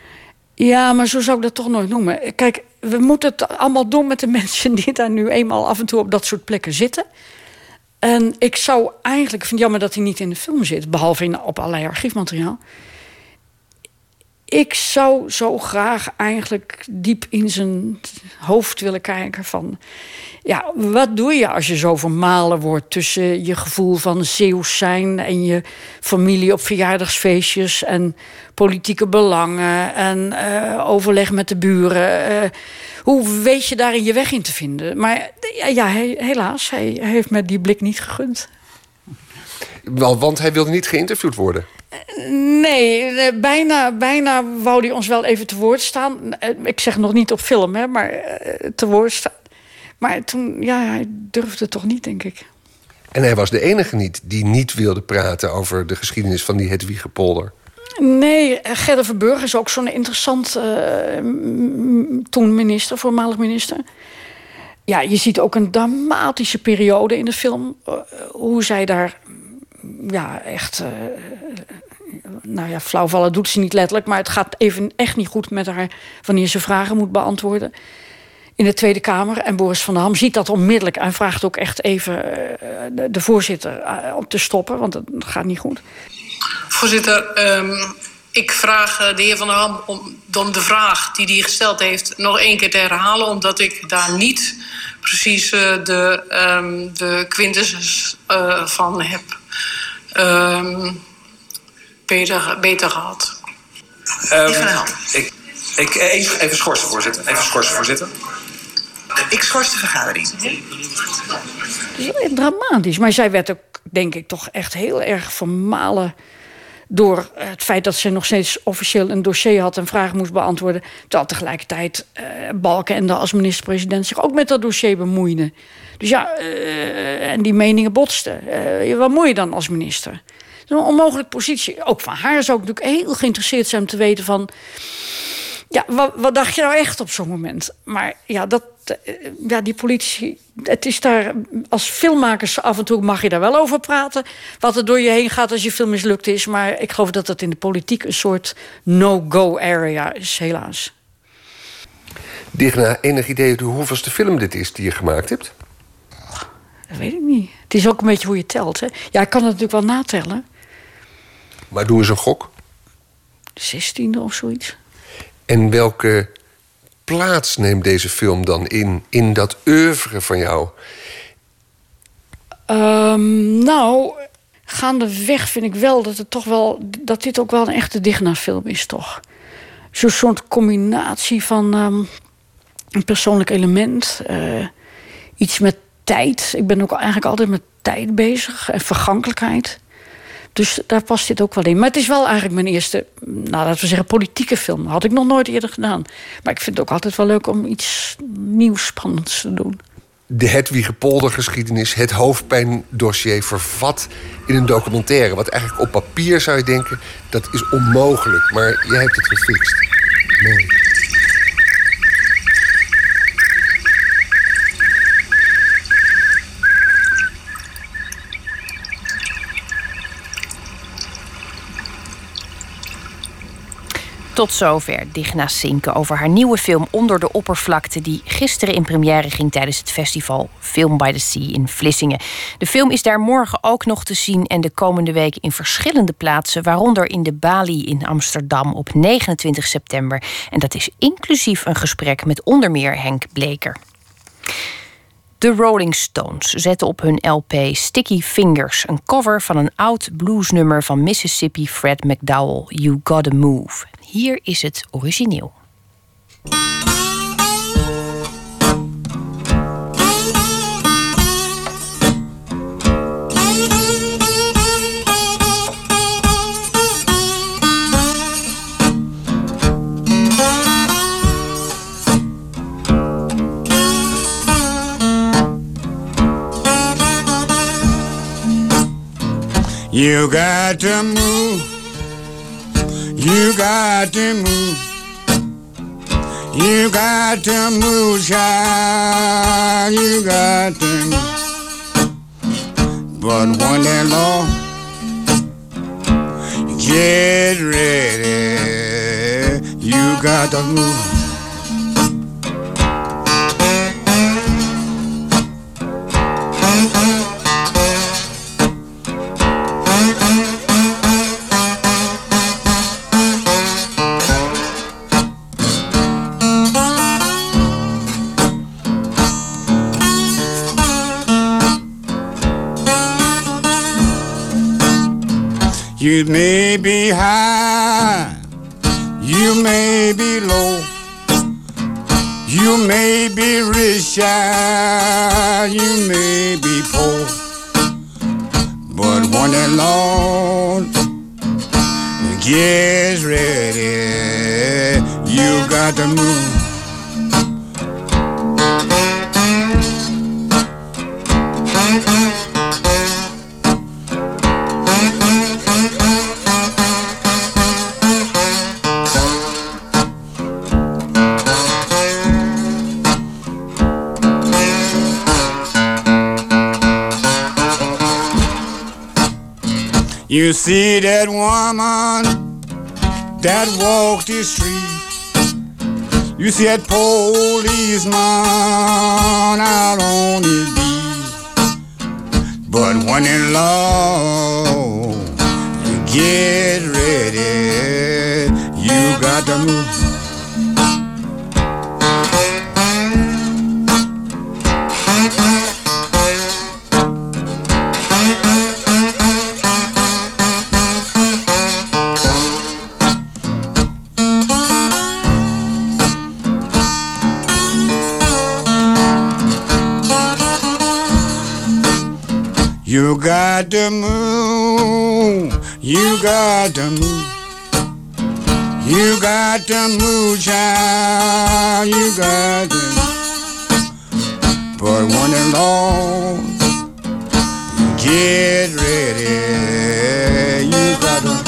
Ja, maar zo zou ik dat toch nooit noemen. Kijk, we moeten het allemaal doen met de mensen... die daar nu eenmaal af en toe op dat soort plekken zitten. En ik zou eigenlijk... Ik vind het jammer dat hij niet in de film zit... behalve in, op allerlei archiefmateriaal. Ik zou zo graag eigenlijk diep in zijn hoofd willen kijken van... ja, wat doe je als je zo vermalen wordt tussen je gevoel van Zeeuws zijn... en je familie op verjaardagsfeestjes en politieke belangen... en uh, overleg met de buren. Uh, hoe weet je daarin je weg in te vinden? Maar ja, hij, helaas, hij, hij heeft me die blik niet gegund. Wel, want hij wilde niet geïnterviewd worden. Nee, bijna, bijna wou hij ons wel even te woord staan. Ik zeg nog niet op film, hè, maar te woord staan. Maar toen, ja, hij durfde toch niet, denk ik. En hij was de enige niet die niet wilde praten over de geschiedenis van die Hedwigerpolder. Nee, Gerda Verburg is ook zo'n interessant uh, toen minister, voormalig minister. Ja, je ziet ook een dramatische periode in de film. Uh, hoe zij daar ja, echt uh, nou ja, flauwvallen doet ze niet letterlijk, maar het gaat even echt niet goed met haar wanneer ze vragen moet beantwoorden in de Tweede Kamer. En Boris van der Ham ziet dat onmiddellijk en vraagt ook echt even uh, de, de voorzitter uh, om te stoppen, want het gaat niet goed. Voorzitter, um, ik vraag uh, de heer Van der Ham om, om de vraag die hij gesteld heeft nog één keer te herhalen, omdat ik daar niet precies uh, de, um, de quintessens uh, van heb um, beter, beter gehad. Um, ik, ik, even, even schorsen, voorzitter. Even schorsen, voorzitter. Ik schors de vergadering. Het is echt dramatisch. Maar zij werd ook, denk ik, toch echt heel erg vermalen door het feit dat ze nog steeds officieel een dossier had en vragen moest beantwoorden, terwijl tegelijkertijd uh, Balkenende als minister-president zich ook met dat dossier bemoeide. Dus ja, uh, en die meningen botsten. Uh, wat moet je dan als minister? Het is een onmogelijke positie. Ook van haar zou ik natuurlijk heel geïnteresseerd zijn om te weten van, ja, wat, wat dacht je nou echt op zo'n moment? Maar ja, dat, ja, die politici, het is daar, als filmmakers af en toe mag je daar wel over praten, wat er door je heen gaat als je film mislukt is. Maar ik geloof dat dat in de politiek een soort no-go area is, helaas. Digna, enig idee hoeveelste film dit is die je gemaakt hebt? Dat weet ik niet. Het is ook een beetje hoe je telt, hè? Ja, ik kan het natuurlijk wel natellen. Maar doe eens een gok. De zestiende of zoiets. En welke plaats neemt deze film dan in, in dat oeuvre van jou? Um, nou, gaandeweg vind ik wel dat het toch wel, dat dit ook wel een echte Digna-film is, toch? Zo'n soort combinatie van um, een persoonlijk element, uh, iets met tijd. Ik ben ook eigenlijk altijd met tijd bezig en vergankelijkheid. Dus daar past dit ook wel in. Maar het is wel eigenlijk mijn eerste, nou, laten we zeggen, politieke film. Dat had ik nog nooit eerder gedaan. Maar ik vind het ook altijd wel leuk om iets nieuws, spannends te doen. De Hedwige-Polder-geschiedenis, het hoofdpijndossier vervat in een documentaire. Wat eigenlijk op papier zou je denken, dat is onmogelijk. Maar jij hebt het gefixt. Mooi. Tot zover Digna Cinke over haar nieuwe film Onder de Oppervlakte, die gisteren in première ging tijdens het festival Film by the Sea in Vlissingen. De film is daar morgen ook nog te zien en de komende week in verschillende plaatsen, waaronder in de Bali in Amsterdam op negenentwintig september. En dat is inclusief een gesprek met onder meer Henk Bleker. De Rolling Stones zetten op hun L P Sticky Fingers een cover van een oud bluesnummer van Mississippi Fred McDowell, You Gotta Move. Hier is het origineel. You got to move. You got to move. You got to move, child. You got to move. But when that law get ready, you got to move. You may be high, you may be low, you may be rich, you may be poor, but when the Lord gets ready, you got to move. You see that woman that walks the street. You see that policeman out on his beat. But when in love, you get ready. You got to move. You got to move, you got to move, you got to move, child, you got to move. But when the Lord get ready, you got to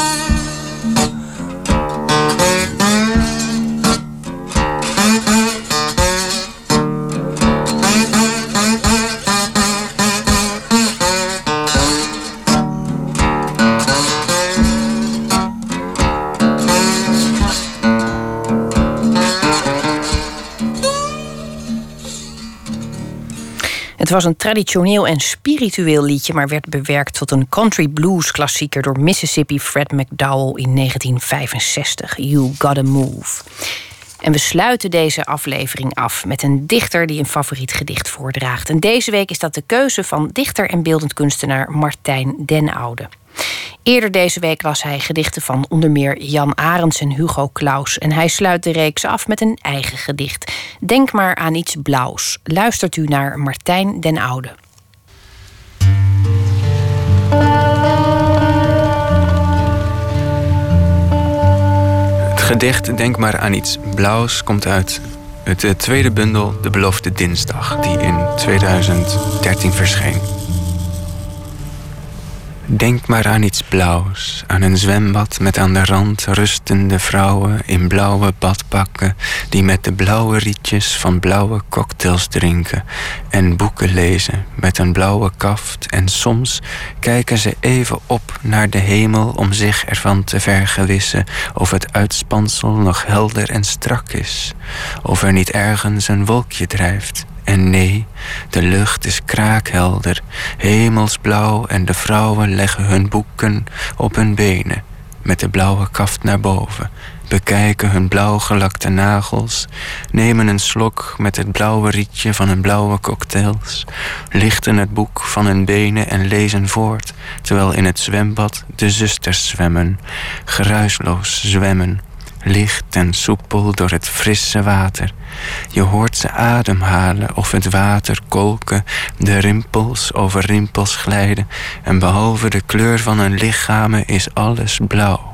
Het was een traditioneel en spiritueel liedje, maar werd bewerkt tot een country blues klassieker door Mississippi Fred McDowell in negentien vijfenzestig. You Gotta Move. En we sluiten deze aflevering af met een dichter die een favoriet gedicht voordraagt. En deze week is dat de keuze van dichter en beeldend kunstenaar Martijn den Oude. Eerder deze week las hij gedichten van onder meer Jan Arends en Hugo Claus. En hij sluit de reeks af met een eigen gedicht. Denk maar aan iets blauws. Luistert u naar Martijn den Oude. Het gedicht Denk maar aan iets blauws komt uit het tweede bundel De Beloofde Dinsdag, die in tweeduizend dertien verscheen. Denk maar aan iets blauws, aan een zwembad met aan de rand rustende vrouwen in blauwe badpakken die met de blauwe rietjes van blauwe cocktails drinken en boeken lezen met een blauwe kaft en soms kijken ze even op naar de hemel om zich ervan te vergewissen of het uitspansel nog helder en strak is, of er niet ergens een wolkje drijft. En nee, de lucht is kraakhelder, hemelsblauw en de vrouwen leggen hun boeken op hun benen, met de blauwe kaft naar boven, bekijken hun blauw gelakte nagels, nemen een slok met het blauwe rietje van hun blauwe cocktails, lichten het boek van hun benen en lezen voort, terwijl in het zwembad de zusters zwemmen, geruisloos zwemmen. Licht en soepel door het frisse water. Je hoort ze ademhalen of het water kolken, de rimpels over rimpels glijden en behalve de kleur van hun lichamen is alles blauw.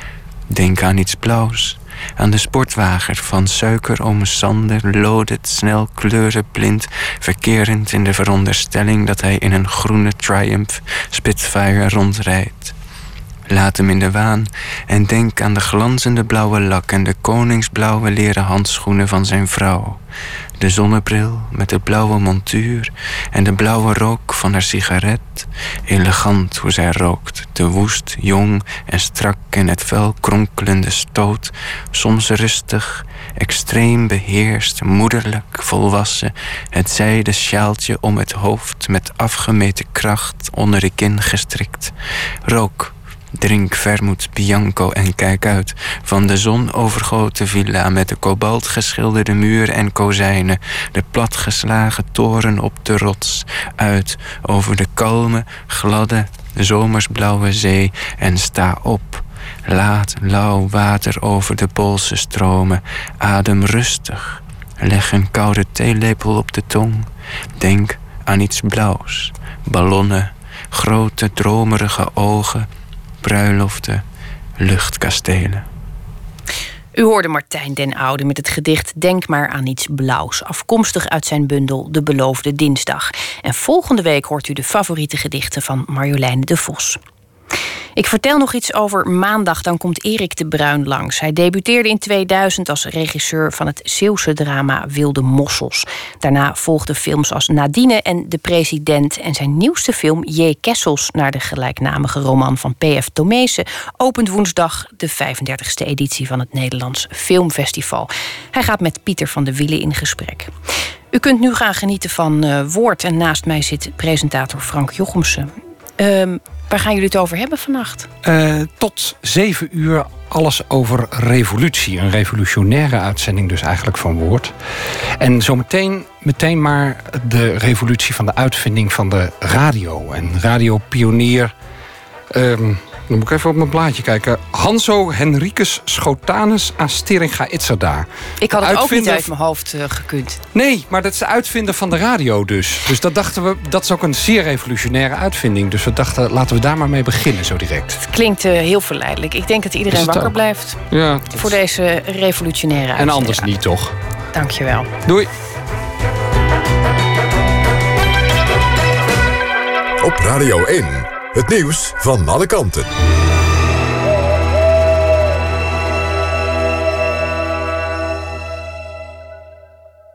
Denk aan iets blauws, aan de sportwagen van suikeroom Sander, loodend, snel, kleurenblind, verkerend in de veronderstelling dat hij in een groene Triumph Spitfire rondrijdt. Laat hem in de waan en denk aan de glanzende blauwe lak en de koningsblauwe leren handschoenen van zijn vrouw. De zonnebril met de blauwe montuur en de blauwe rook van haar sigaret. Elegant hoe zij rookt, te woest, jong en strak in het fel kronkelende stoot. Soms rustig, extreem beheerst, moederlijk, volwassen. Het zijden sjaaltje om het hoofd met afgemeten kracht onder de kin gestrikt. Rook. Drink vermoed Bianco en kijk uit van de zonovergoten villa met de kobalt geschilderde muur en kozijnen, de platgeslagen toren op de rots, uit over de kalme, gladde, zomersblauwe zee en sta op. Laat lauw water over de polsen stromen, adem rustig, leg een koude theelepel op de tong, denk aan iets blauws, ballonnen, grote dromerige ogen, bruiloften, luchtkastelen. U hoorde Martijn den Oude met het gedicht Denk maar aan iets blauws, afkomstig uit zijn bundel De Beloofde Dinsdag. En volgende week hoort u de favoriete gedichten van Marjoleine de Vos. Ik vertel nog iets over maandag, dan komt Erik de Bruin langs. Hij debuteerde in tweeduizend als regisseur van het Zeeuwse drama Wilde Mossels. Daarna volgden films als Nadine en De President. En zijn nieuwste film J. Kessels, naar de gelijknamige roman van P F Tomezen, opent woensdag de vijfendertigste editie van het Nederlands Filmfestival. Hij gaat met Pieter van de Wielen in gesprek. U kunt nu gaan genieten van uh, Woord. En naast mij zit presentator Frank Jochemsen. Uh, waar gaan jullie het over hebben vannacht? Uh, tot zeven uur alles over revolutie. Een revolutionaire uitzending dus eigenlijk van Woord. En zometeen meteen maar de revolutie van de uitvinding van de radio. En radiopionier... Um, Dan moet ik even op mijn blaadje kijken. Hanso Henricus Schotanus Asteringa Itzerda. Ik had het uitvinder... ook niet uit mijn hoofd uh, gekund. Nee, maar dat is de uitvinder van de radio dus. Dus dat dachten we, dat is ook een zeer revolutionaire uitvinding. Dus we dachten, laten we daar maar mee beginnen zo direct. Het klinkt uh, heel verleidelijk. Ik denk dat iedereen wakker ook blijft. Ja, voor deze revolutionaire uitzending. En anders niet, toch? Dankjewel. Doei. Op Radio één, het nieuws van alle kanten.